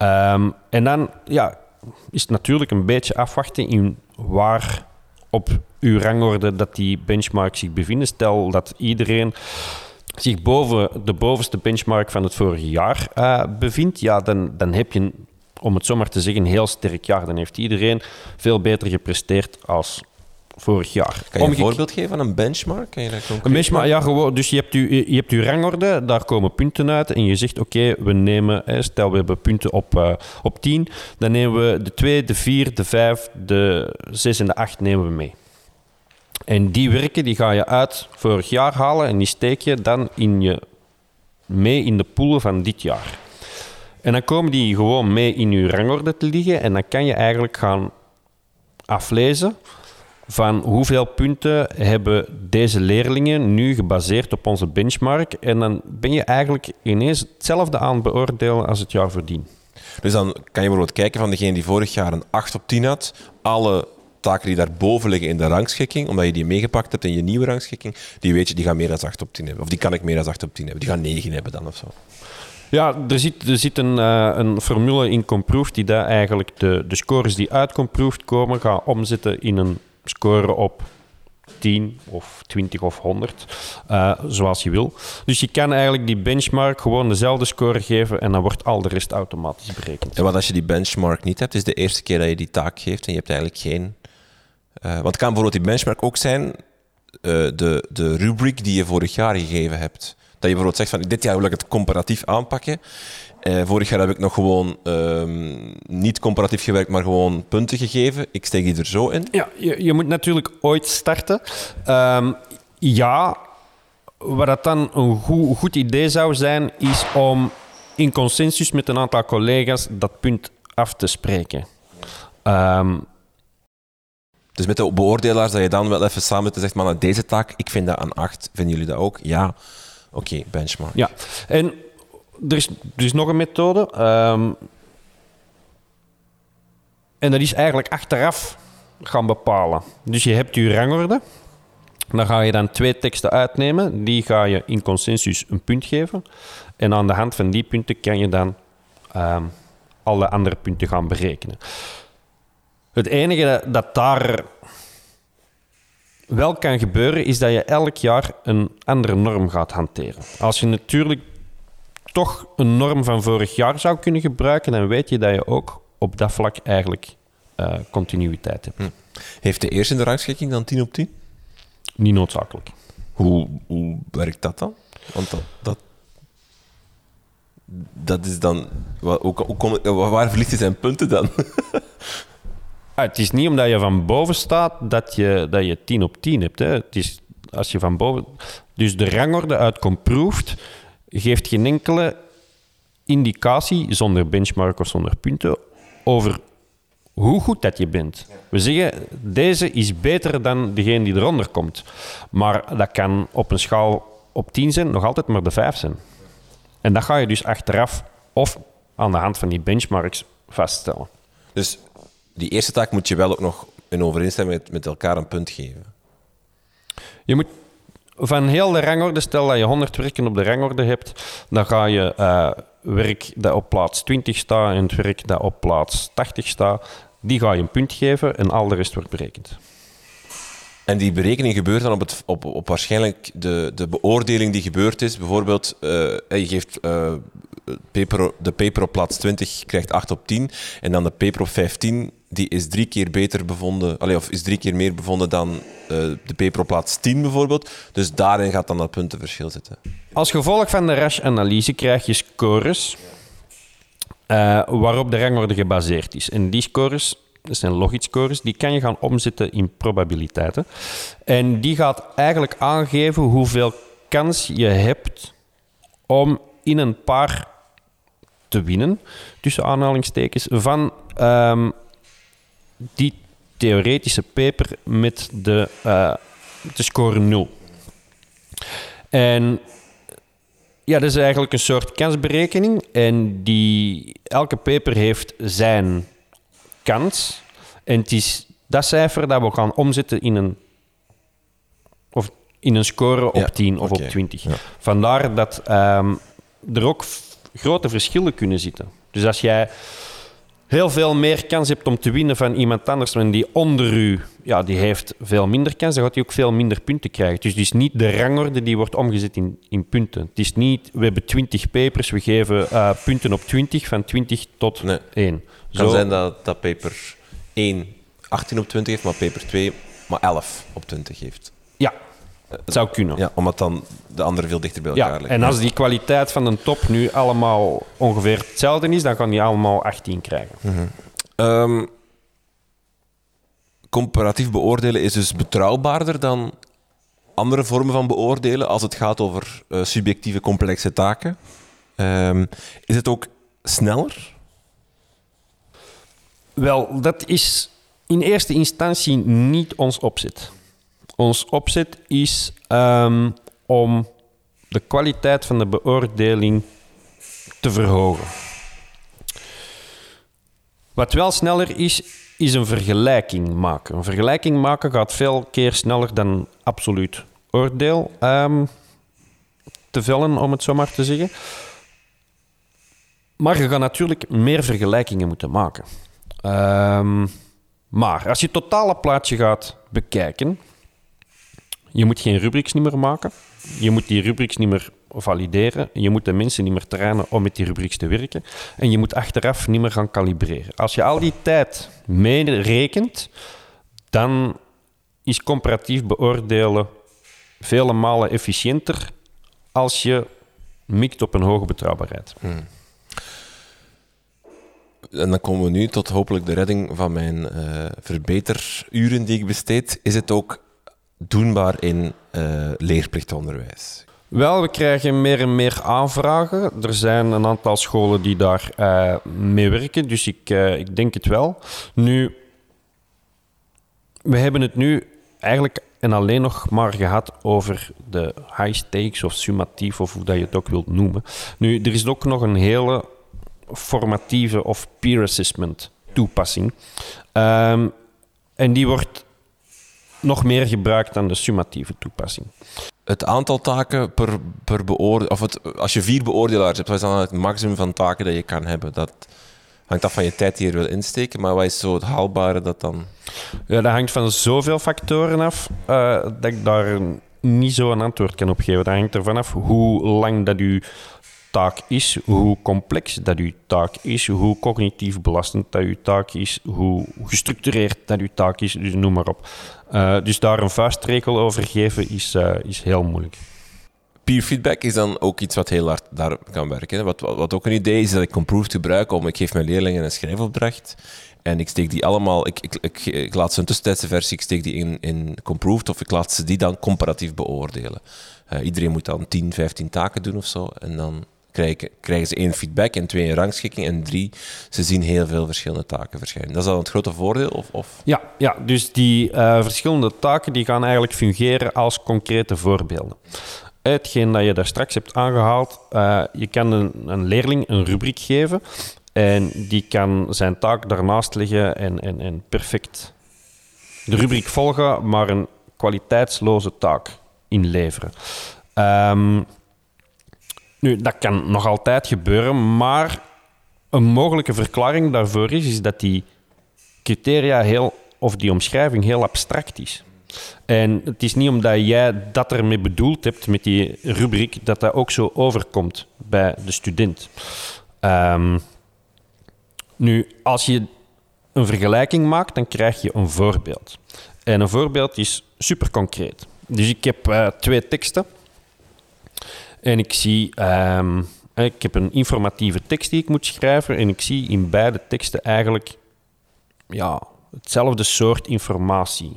Um, en dan ja, is het natuurlijk een beetje afwachten in waar op uw rangorde dat die benchmark zich bevinden. Stel dat iedereen zich boven de bovenste benchmark van het vorige jaar uh, bevindt, ja, dan, dan heb je, om het zo maar te zeggen, een heel sterk jaar. Dan heeft iedereen veel beter gepresteerd als vorig jaar. Kan je Omge- een voorbeeld geven van een benchmark? Kan je dat concreet een benchmark, ja, gewoon. Dus je hebt, je, je hebt je rangorde, daar komen punten uit en je zegt, oké, okay, we nemen, hè, stel we hebben punten op, uh, op tien, dan nemen we de twee, de vier, de vijf, de zes en de acht nemen we mee. En die werken die ga je uit vorig jaar halen en die steek je dan in je, mee in de poelen van dit jaar. En dan komen die gewoon mee in je rangorde te liggen en dan kan je eigenlijk gaan aflezen van hoeveel punten hebben deze leerlingen nu gebaseerd op onze benchmark. En dan ben je eigenlijk ineens hetzelfde aan het beoordelen als het jaar voordien. Dus dan kan je bijvoorbeeld kijken van degene die vorig jaar een acht op tien had, alle taken die daarboven liggen in de rangschikking, omdat je die meegepakt hebt in je nieuwe rangschikking, die weet je, die gaan meer dan acht op tien hebben. Of die kan ik meer dan acht op tien hebben. Die gaan negen hebben dan of zo. Ja, er zit, er zit een, uh, een formule in Comproved die daar eigenlijk de, de scores die uit Comproved komen gaan omzetten in een score op tien of twintig of honderd, uh, zoals je wil. Dus je kan eigenlijk die benchmark gewoon dezelfde score geven en dan wordt al de rest automatisch berekend. En wat als je die benchmark niet hebt, is de eerste keer dat je die taak geeft en je hebt eigenlijk geen... Uh, want het kan bijvoorbeeld die benchmark ook zijn, uh, de, de rubriek die je vorig jaar gegeven hebt. Dat je bijvoorbeeld zegt van, dit jaar wil ik het comparatief aanpakken. Uh, vorig jaar heb ik nog gewoon um, niet comparatief gewerkt, maar gewoon punten gegeven. Ik steek die er zo in. Ja, je, je moet natuurlijk ooit starten. Um, ja, wat dat dan een goed, goed idee zou zijn, is om in consensus met een aantal collega's dat punt af te spreken. Um, dus met de beoordelaars dat je dan wel even samen te zegt, man, deze taak, ik vind dat een acht. Vinden jullie dat ook? Ja. Oké, okay, benchmark. Ja, en er is, er is nog een methode. Um, en dat is eigenlijk achteraf gaan bepalen. Dus je hebt je rangorde. Dan ga je dan twee teksten uitnemen. Die ga je in consensus een punt geven. En aan de hand van die punten kan je dan um, alle andere punten gaan berekenen. Het enige dat daar wel kan gebeuren, is dat je elk jaar een andere norm gaat hanteren. Als je natuurlijk toch een norm van vorig jaar zou kunnen gebruiken, dan weet je dat je ook op dat vlak eigenlijk uh, continuïteit hebt. Hm. Heeft de eerste in de rangschikking dan tien op tien? Niet noodzakelijk. Hoe, hoe werkt dat dan? Want dat, dat, dat is dan... Hoe, hoe kom, waar verliest hij zijn punten dan? Ah, het is niet omdat je van boven staat dat je, dat je tien op tien hebt. Hè. Het is als je van boven... Dus de rangorde uit Comproved geeft geen enkele indicatie, zonder benchmark of zonder punten, over hoe goed dat je bent. We zeggen, deze is beter dan degene die eronder komt. Maar dat kan op een schaal op tien zijn, nog altijd maar de vijf zijn. En dat ga je dus achteraf of aan de hand van die benchmarks vaststellen. Dus die eerste taak moet je wel ook nog in overeenstemming met, met elkaar een punt geven. Je moet van heel de rangorde, stel dat je honderd werken op de rangorde hebt, dan ga je uh, werk dat op plaats twintig staat en het werk dat op plaats tachtig staat, die ga je een punt geven en al de rest wordt berekend. En die berekening gebeurt dan op, het, op, op waarschijnlijk de, de beoordeling die gebeurd is. Bijvoorbeeld, uh, je geeft uh, paper, de paper op plaats twintig krijgt acht op tien. En dan de paper op vijftien, die is drie keer beter bevonden, allez, of is drie keer meer bevonden dan uh, de paper op plaats tien bijvoorbeeld. Dus daarin gaat dan dat puntenverschil zitten. Als gevolg van de R A S-analyse krijg je scores uh, waarop de rangorde gebaseerd is. En die scores, dat zijn logit-scores, die kan je gaan omzetten in probabiliteiten. En die gaat eigenlijk aangeven hoeveel kans je hebt om in een paar te winnen, tussen aanhalingstekens, van um, die theoretische paper met de, uh, de score nul. En ja, dat is eigenlijk een soort kansberekening. En die, elke paper heeft zijn kans. En het is dat cijfer dat we gaan omzetten in een, of in een score op ja, tien of okay. op twintig. Ja. Vandaar dat um, er ook f- grote verschillen kunnen zitten. Dus als jij heel veel meer kans hebt om te winnen van iemand anders, en die onder u, ja, die heeft veel minder kans, dan gaat hij ook veel minder punten krijgen. Dus het is niet de rangorde die wordt omgezet in, in punten. Het is niet, we hebben twintig papers, we geven uh, punten op twintig, van twintig tot nee. één. Het kan Zo. zijn dat, dat paper één achttien op twintig heeft, maar paper twee maar elf op twintig heeft. Ja, het zou kunnen. Ja, omdat dan de anderen veel dichter bij elkaar Ja, liggen. en als die kwaliteit van de top nu allemaal ongeveer hetzelfde is, dan gaan die allemaal achttien krijgen. Mm-hmm. Um, comparatief beoordelen is dus betrouwbaarder dan andere vormen van beoordelen als het gaat over uh, subjectieve complexe taken. Um, is het ook sneller? Wel, dat is in eerste instantie niet ons opzet. Ons opzet is um, om de kwaliteit van de beoordeling te verhogen. Wat wel sneller is, is een vergelijking maken. Een vergelijking maken gaat veel keer sneller dan absoluut oordeel um, te vellen, om het zo maar te zeggen. Maar je gaat natuurlijk meer vergelijkingen moeten maken. Um, maar als je het totale plaatje gaat bekijken, je moet geen rubrics niet meer maken. Je moet die rubrics niet meer valideren. Je moet de mensen niet meer trainen om met die rubrics te werken. En je moet achteraf niet meer gaan kalibreren. Als je al die tijd meerekent, dan is comparatief beoordelen vele malen efficiënter als je mikt op een hoge betrouwbaarheid. Hmm. En dan komen we nu tot hopelijk de redding van mijn uh, verbeteruren die ik besteed. Is het ook doenbaar in uh, leerplichtonderwijs? Wel, we krijgen meer en meer aanvragen. Er zijn een aantal scholen die daar uh, mee werken, dus ik, uh, ik denk het wel. Nu, we hebben het nu eigenlijk en alleen nog maar gehad over de high stakes of summatief, of hoe dat je het ook wilt noemen. Nu, er is ook nog een hele formatieve of peer assessment toepassing. Um, en die wordt nog meer gebruikt dan de summatieve toepassing. Het aantal taken per, per beoordeel, of het, als je vier beoordelaars hebt, wat is dan het maximum van taken dat je kan hebben? Dat hangt af van je tijd die je wil insteken, maar wat is zo het haalbare dat dan? Ja, dat hangt van zoveel factoren af uh, dat ik daar niet zo een antwoord kan op geven. Dat hangt ervan af hoe lang dat je taak is, hoe complex dat uw taak is, hoe cognitief belastend dat uw taak is, hoe gestructureerd dat uw taak is, dus noem maar op. Uh, dus daar een vuistregel over geven is, uh, is heel moeilijk. Peer feedback is dan ook iets wat heel hard daar kan werken. Wat, wat ook een idee is dat ik Comproved gebruik om, ik geef mijn leerlingen een schrijfopdracht en ik steek die allemaal, ik, ik, ik, ik laat ze een tussentijdse versie, ik steek die in, in Comproved of ik laat ze die dan comparatief beoordelen. Uh, iedereen moet dan tien, vijftien taken doen of zo en dan Krijgen, krijgen ze één feedback en twee een rangschikking en drie, ze zien heel veel verschillende taken verschijnen. Dat is dan het grote voordeel? Of, of? Ja, ja, dus die uh, verschillende taken die gaan eigenlijk fungeren als concrete voorbeelden. Hetgeen dat je daar straks hebt aangehaald, uh, je kan een, een leerling een rubriek geven en die kan zijn taak daarnaast leggen en, en, en perfect de rubriek volgen, maar een kwaliteitsloze taak inleveren. Um, Nu, dat kan nog altijd gebeuren, maar een mogelijke verklaring daarvoor is, is dat die criteria heel, of die omschrijving heel abstract is. En het is niet omdat jij dat ermee bedoeld hebt met die rubriek, dat dat ook zo overkomt bij de student. Um, nu, als je een vergelijking maakt, dan krijg je een voorbeeld. En een voorbeeld is super concreet. Dus ik heb uh, twee teksten. En ik zie, um, ik heb een informatieve tekst die ik moet schrijven en ik zie in beide teksten eigenlijk ja, hetzelfde soort informatie.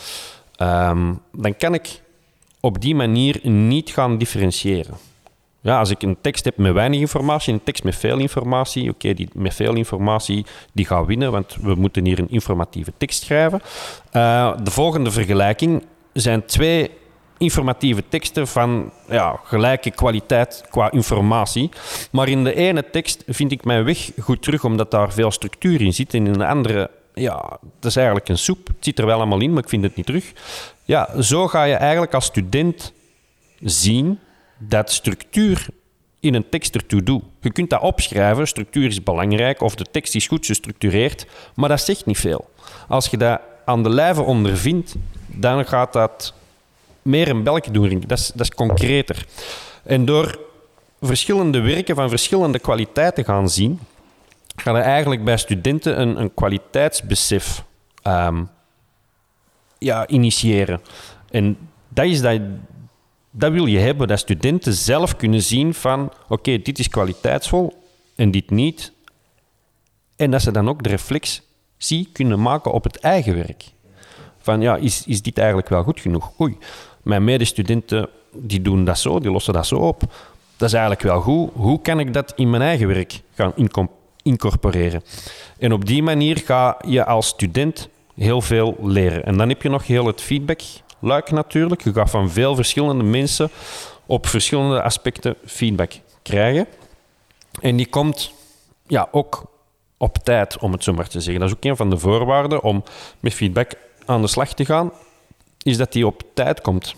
Um, dan kan ik op die manier niet gaan differentiëren. Ja, als ik een tekst heb met weinig informatie en een tekst met veel informatie, oké, okay, die met veel informatie die gaat winnen, want we moeten hier een informatieve tekst schrijven. Uh, de volgende vergelijking zijn twee informatieve teksten van ja, gelijke kwaliteit qua informatie. Maar in de ene tekst vind ik mijn weg goed terug, omdat daar veel structuur in zit. En in de andere, ja, dat is eigenlijk een soep. Het zit er wel allemaal in, maar ik vind het niet terug. Ja, zo ga je eigenlijk als student zien dat structuur in een tekst ertoe doet. Je kunt dat opschrijven, structuur is belangrijk, of de tekst is goed gestructureerd, maar dat zegt niet veel. Als je dat aan de lijve ondervindt, dan gaat dat meer een belk doen. Dat is, dat is concreter. En door verschillende werken van verschillende kwaliteiten gaan zien, gaan er eigenlijk bij studenten een, een kwaliteitsbesef um, ja, initiëren. En dat is dat... Dat wil je hebben, dat studenten zelf kunnen zien van oké, okay, dit is kwaliteitsvol en dit niet. En dat ze dan ook de reflectie kunnen maken op het eigen werk. Van ja, is, is dit eigenlijk wel goed genoeg? Oei, mijn medestudenten die doen dat zo, die lossen dat zo op. Dat is eigenlijk wel goed. Hoe kan ik dat in mijn eigen werk gaan incom- incorporeren? En op die manier ga je als student heel veel leren. En dan heb je nog heel het feedback luik natuurlijk. Je gaat van veel verschillende mensen op verschillende aspecten feedback krijgen. En die komt ja, ook op tijd, om het zo maar te zeggen. Dat is ook een van de voorwaarden om met feedback aan de slag te gaan, is dat die op tijd komt.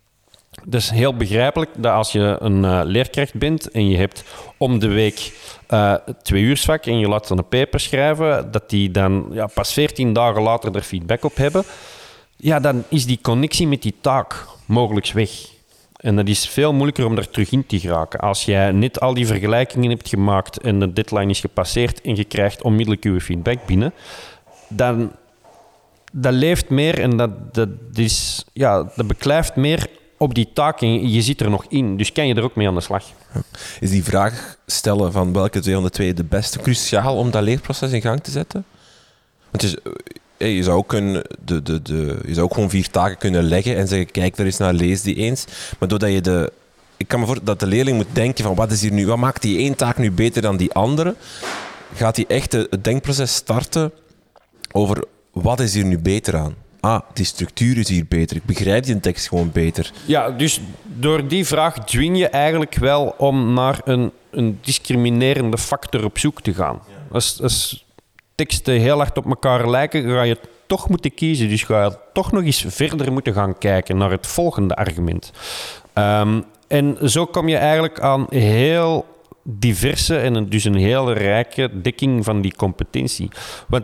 Dat is heel begrijpelijk dat als je een uh, leerkracht bent en je hebt om de week uh, twee uursvak en je laat dan een paper schrijven, dat die dan ja, pas veertien dagen later er feedback op hebben. Ja, dan is die connectie met die taak mogelijk weg. En dat is veel moeilijker om daar terug in te geraken. Als jij net al die vergelijkingen hebt gemaakt en de deadline is gepasseerd en je krijgt onmiddellijk je feedback binnen, dan dat leeft meer en dat, dat, is, ja, dat beklijft meer op die taak en je zit er nog in. Dus kan je er ook mee aan de slag. Is die vraag stellen van welke twee van de twee de beste cruciaal om dat leerproces in gang te zetten? Want je, je, zou ook kunnen, de, de, de, je zou ook gewoon vier taken kunnen leggen en zeggen, kijk, daar is naar, lees die eens. Maar doordat je de... Ik kan me voorstellen dat de leerling moet denken van, wat is hier nu, wat maakt die één taak nu beter dan die andere? Gaat hij echt het denkproces starten over, wat is hier nu beter aan? Ah, die structuur is hier beter. Ik begrijp die tekst gewoon beter. Ja, dus door die vraag dwing je eigenlijk wel om naar een, een discriminerende factor op zoek te gaan. Ja. Als, als teksten heel hard op elkaar lijken, ga je toch moeten kiezen. Dus ga je toch nog eens verder moeten gaan kijken naar het volgende argument. Um, en zo kom je eigenlijk aan heel diverse en dus een heel rijke dekking van die competentie. Want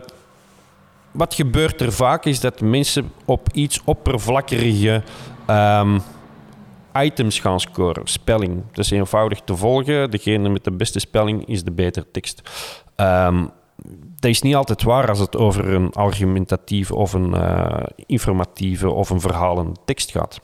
wat gebeurt er vaak is dat mensen op iets oppervlakkige um, items gaan scoren. Spelling. Dat is eenvoudig te volgen. Degene met de beste spelling is de betere tekst. Um, dat is niet altijd waar als het over een argumentatieve of een uh, informatieve of een verhalende tekst gaat.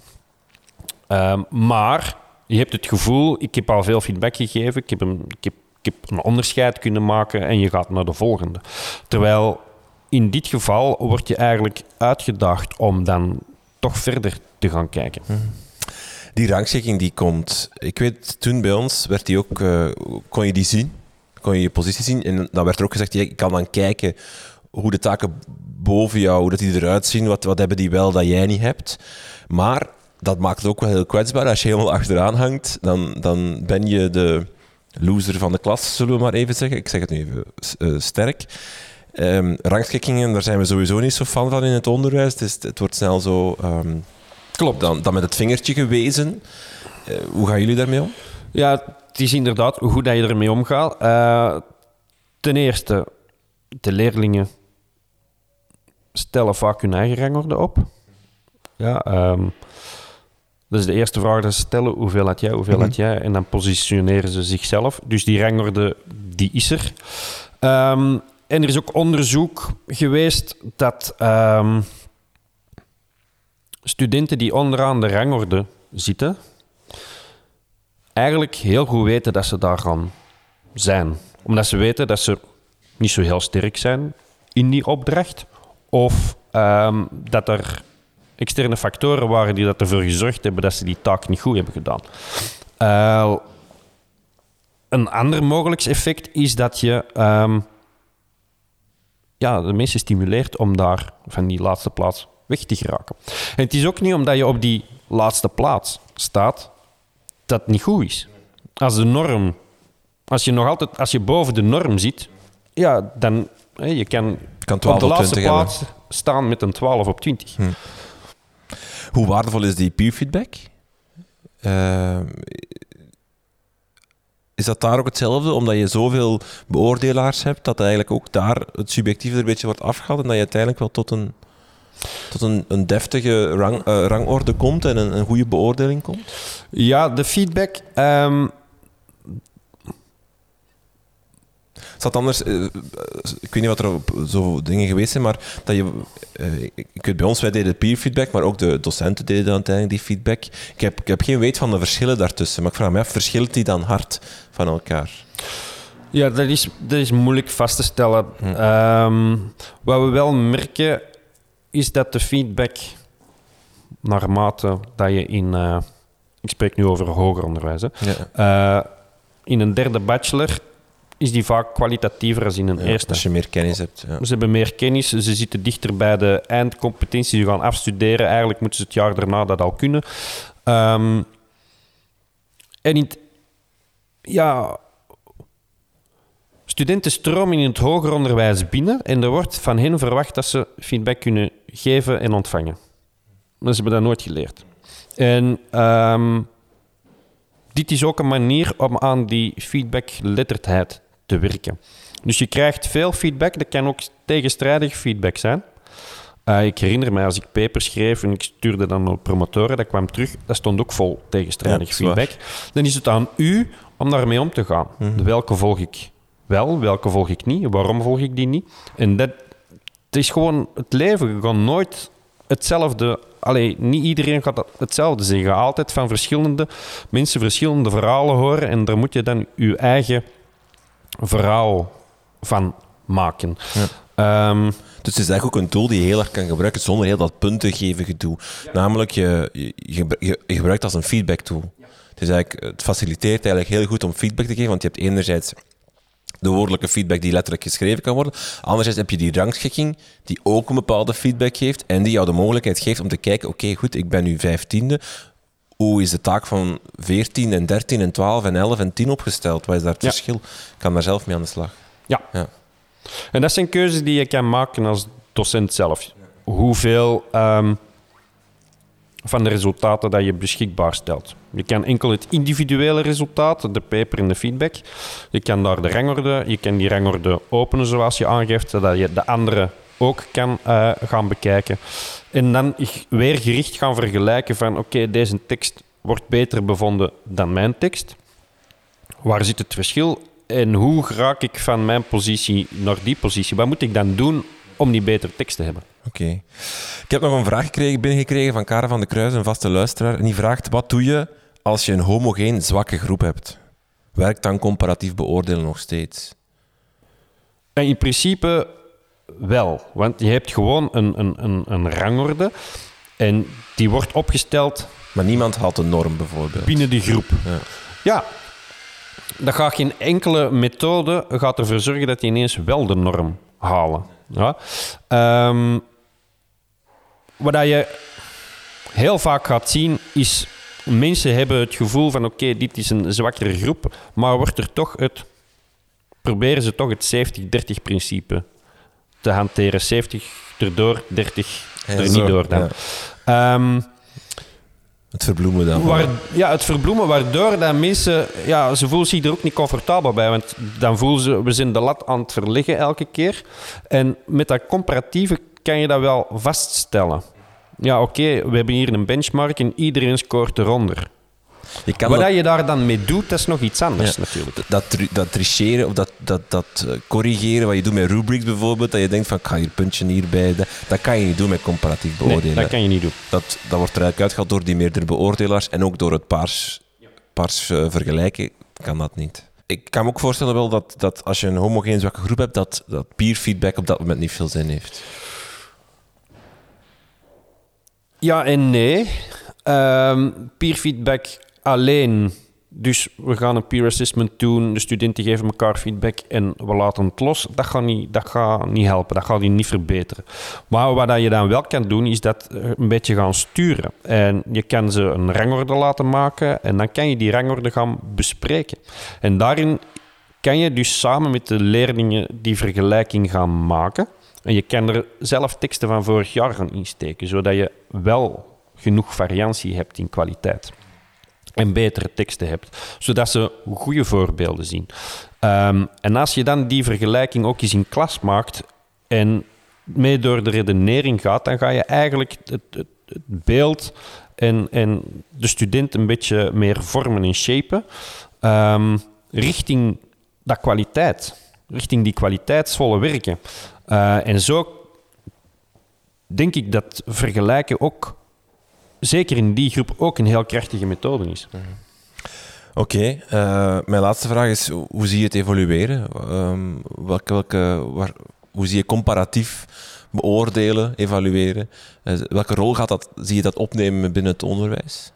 Um, maar je hebt het gevoel, ik heb al veel feedback gegeven, ik heb, een, ik, heb, ik heb een onderscheid kunnen maken en je gaat naar de volgende. Terwijl in dit geval word je eigenlijk uitgedaagd om dan toch verder te gaan kijken. Die rangschikking die komt, ik weet, toen bij ons werd die ook, uh, kon je die zien, kon je je positie zien. En dan werd er ook gezegd, je kan dan kijken hoe de taken boven jou, hoe dat die eruit zien, wat, wat hebben die wel dat jij niet hebt. Maar dat maakt het ook wel heel kwetsbaar. Als je helemaal achteraan hangt, dan, dan ben je de loser van de klas, zullen we maar even zeggen. Ik zeg het nu even uh, sterk. Um, rangschikkingen, daar zijn we sowieso niet zo fan van in het onderwijs. Het, is, het wordt snel zo um, Klopt. Dan, dan met het vingertje gewezen. Uh, hoe gaan jullie daarmee om? Ja, het is inderdaad hoe dat je ermee omgaat. Uh, ten eerste, de leerlingen stellen vaak hun eigen rangorde op. Ja, um, dat is de eerste vraag dat ze stellen. Hoeveel had jij, hoeveel mm-hmm. had jij? En dan positioneren ze zichzelf. Dus die rangorde, die is er. Um, En er is ook onderzoek geweest dat um, studenten die onderaan de rangorde zitten, eigenlijk heel goed weten dat ze daar gaan zijn. Omdat ze weten dat ze niet zo heel sterk zijn in die opdracht. Of um, dat er externe factoren waren die ervoor gezorgd hebben dat ze die taak niet goed hebben gedaan. Uh, een ander mogelijk effect is dat je... Um, ja, de mensen stimuleert om daar van die laatste plaats weg te geraken. En het is ook niet omdat je op die laatste plaats staat, dat het niet goed is. Als de norm, als je nog altijd, als je boven de norm zit, ja, dan hè, je kan, kan op de laatste twintig plaats hebben. Staan met een twaalf op twintig. Hm. Hoe waardevol is die peer feedback? Uh, is dat daar ook hetzelfde? Omdat je zoveel beoordelaars hebt, dat eigenlijk ook daar het subjectieve er een beetje wordt afgehaald en dat je uiteindelijk wel tot een, tot een, een deftige rang, uh, rangorde komt en een, een goede beoordeling komt? Ja, de feedback... Um... Zat anders, uh, ik weet niet wat er op zo dingen geweest zijn, maar dat je, uh, ik weet bij ons, wij deden peer feedback, maar ook de docenten deden dan uiteindelijk die feedback. Ik heb, ik heb geen weet van de verschillen daartussen, maar ik vraag me af, verschilt die dan hard van elkaar? Ja, dat is, dat is moeilijk vast te stellen. Hm. Um, wat we wel merken, is dat de feedback, naarmate dat je in... Uh, ik spreek nu over hoger onderwijs, hè, ja. uh, in een derde bachelor... is die vaak kwalitatiever als in een ja, eerste. Als je meer kennis hebt. Ja. Ze hebben meer kennis, ze zitten dichter bij de eindcompetentie, ze gaan afstuderen. Eigenlijk moeten ze het jaar daarna dat al kunnen. Um, en in het, ja, studenten stromen in het hoger onderwijs binnen en er wordt van hen verwacht dat ze feedback kunnen geven en ontvangen. Maar ze hebben dat nooit geleerd. En... Um, dit is ook een manier om aan die feedback-letterdheid te werken. Dus je krijgt veel feedback, dat kan ook tegenstrijdige feedback zijn. Uh, ik herinner me als ik papers schreef en ik stuurde dan naar promotoren, dat kwam terug, dat stond ook vol tegenstrijdige ja, feedback. Dan is het aan u om daarmee om te gaan. Mm-hmm. Welke volg ik wel, welke volg ik niet, waarom volg ik die niet? En dat, dat is gewoon het leven. Je gaat nooit hetzelfde... Allee, niet iedereen gaat hetzelfde zeggen. Altijd van verschillende mensen verschillende verhalen horen en daar moet je dan je eigen verhaal van maken. Ja. Um, dus het is eigenlijk ook een tool die je heel erg kan gebruiken zonder heel dat punten geven gedoe. Ja. Namelijk, je, je, je, je gebruikt het als een feedback tool. Het, is eigenlijk, het faciliteert eigenlijk heel goed om feedback te geven, want je hebt enerzijds de woordelijke feedback die letterlijk geschreven kan worden. Anderzijds heb je die rangschikking die ook een bepaalde feedback geeft en die jou de mogelijkheid geeft om te kijken, oké, okay, goed, ik ben nu vijftiende. Hoe is de taak van veertien en dertien en twaalf en elf en tien opgesteld? Wat is daar het ja. verschil? Ik kan daar zelf mee aan de slag. Ja. ja. En dat zijn keuzes die je kan maken als docent zelf. Hoeveel um, van de resultaten dat je beschikbaar stelt. Je kan enkel het individuele resultaat, de paper en de feedback. Je kan daar de rangorde, je kan die rangorde openen zoals je aangeeft, zodat je de andere ook kan uh, gaan bekijken. En dan weer gericht gaan vergelijken van oké, okay, deze tekst wordt beter bevonden dan mijn tekst. Waar zit het verschil? En hoe raak ik van mijn positie naar die positie? Wat moet ik dan doen om die betere tekst te hebben? Oké. Okay. Ik heb nog een vraag gekregen, binnengekregen van Karen van de Kruijs, een vaste luisteraar. En die vraagt, wat doe je als je een homogeen zwakke groep hebt? Werkt dan comparatief beoordelen nog steeds? En in principe wel. Want je hebt gewoon een, een, een, een rangorde en die wordt opgesteld... Maar niemand haalt een norm bijvoorbeeld. Binnen die groep. Ja. ja. Dat gaat geen enkele methode gaat ervoor zorgen dat die ineens wel de norm halen. Ja. Um, wat je heel vaak gaat zien is... Mensen hebben het gevoel van oké, okay, dit is een zwakkere groep, maar wordt er toch het... Proberen ze toch het zeventig dertig principe te hanteren. zeventig erdoor, dertig er ja, niet zo, door dan. Ja. Um, Het verbloemen dan. Waar, ja, het verbloemen, waardoor dat mensen... Ja, ze voelen zich er ook niet comfortabel bij, want dan voelen ze... We zijn de lat aan het verleggen elke keer. En met dat comparatieve kan je dat wel vaststellen. Ja, oké, okay, we hebben hier een benchmark en iedereen scoort eronder. Je kan Wat dat... je daar dan mee doet, dat is nog iets anders ja, natuurlijk. Dat, dat tricheren of dat, dat, dat corrigeren, wat je doet met rubrics bijvoorbeeld, dat je denkt van, ik ga hier puntje hierbij, dat, dat kan je niet doen met comparatief beoordelen. Nee, dat kan je niet doen. Dat, dat wordt er eigenlijk uitgehaald door die meerdere beoordelaars en ook door het paars, paars uh, vergelijken, kan dat niet. Ik kan me ook voorstellen wel dat, dat als je een homogeen zwakke groep hebt, dat, dat peer feedback op dat moment niet veel zin heeft. Ja en nee. Um, peer feedback alleen. Dus we gaan een peer assessment doen, de studenten geven elkaar feedback en we laten het los. Dat gaat niet, dat gaat niet helpen, dat gaat die niet verbeteren. Maar wat je dan wel kan doen, is dat een beetje gaan sturen. En je kan ze een rangorde laten maken en dan kan je die rangorde gaan bespreken. En daarin kan je dus samen met de leerlingen die vergelijking gaan maken. En je kan er zelf teksten van vorig jaar gaan insteken, zodat je wel genoeg variantie hebt in kwaliteit. en betere teksten hebt, zodat ze goede voorbeelden zien. Um, en als je dan die vergelijking ook eens in klas maakt en mee door de redenering gaat, dan ga je eigenlijk het, het, het beeld en, en de student een beetje meer vormen en shapen um, richting dat kwaliteit, richting die kwaliteitsvolle werken. Uh, en zo denk ik dat vergelijken ook, zeker in die groep, ook een heel krachtige methode is. Mm-hmm. Oké, okay, uh, mijn laatste vraag is, hoe zie je het evolueren? Um, welke, welke, waar, hoe zie je comparatief beoordelen, evalueren? Uh, welke rol gaat dat, zie je dat opnemen binnen het onderwijs?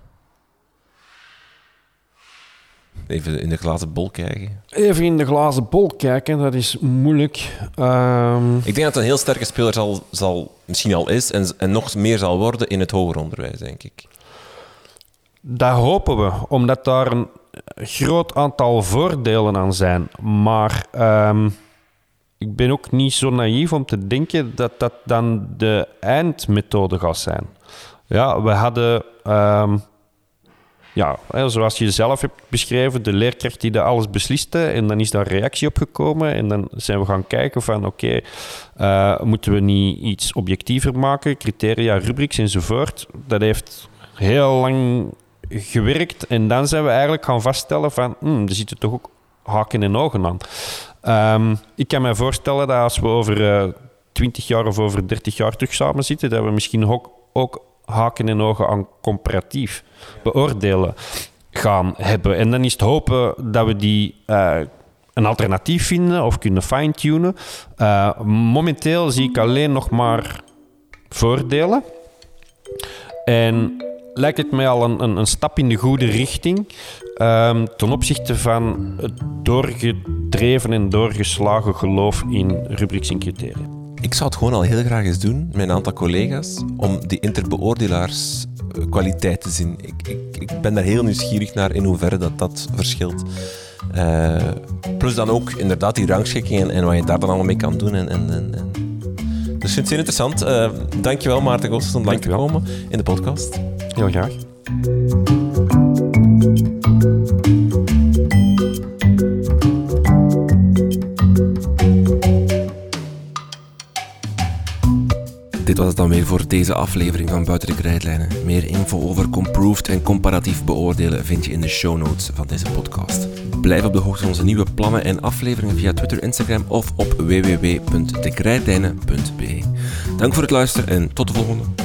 Even in de glazen bol kijken. Even in de glazen bol kijken, dat is moeilijk. Um... Ik denk dat het een heel sterke speler zal, zal misschien al is en, en nog meer zal worden in het hoger onderwijs, denk ik. Dat hopen we, omdat daar een groot aantal voordelen aan zijn. Maar um, ik ben ook niet zo naïef om te denken dat dat dan de eindmethode gaat zijn. Ja, we hadden... Um, Ja, zoals je zelf hebt beschreven, de leerkracht die dat alles besliste en dan is daar reactie op gekomen en dan zijn we gaan kijken van oké, okay, uh, moeten we niet iets objectiever maken, criteria, rubrics enzovoort. Dat heeft heel lang gewerkt en dan zijn we eigenlijk gaan vaststellen van hmm, er zitten toch ook haken en ogen aan. Um, ik kan me voorstellen dat als we over twintig uh, jaar of over dertig jaar terug samen zitten, dat we misschien ook, ook haken en ogen aan comparatief beoordelen gaan hebben. En dan is het hopen dat we die uh, een alternatief vinden of kunnen fine-tunen. Uh, momenteel zie ik alleen nog maar voordelen. En lijkt het mij al een, een, een stap in de goede richting um, ten opzichte van het doorgedreven en doorgeslagen geloof in rubrics en criteria. Ik zou het gewoon al heel graag eens doen met een aantal collega's om die interbeoordelaars kwaliteit te zien. Ik, ik, ik ben daar heel nieuwsgierig naar in hoeverre dat, dat verschilt. Uh, plus dan ook inderdaad die rangschikking en, en wat je daar dan allemaal mee kan doen. En, en, en. Dus ik vind het zeer interessant. Uh, dankjewel Maarten Goossens om lang te komen in de podcast. Heel graag. Dit was het dan weer voor deze aflevering van Buiten de Krijtlijnen. Meer info over comproved en comparatief beoordelen vind je in de show notes van deze podcast. Blijf op de hoogte van onze nieuwe plannen en afleveringen via Twitter, Instagram of op w w w punt de krijtlijnen punt b e. Dank voor het luisteren en tot de volgende.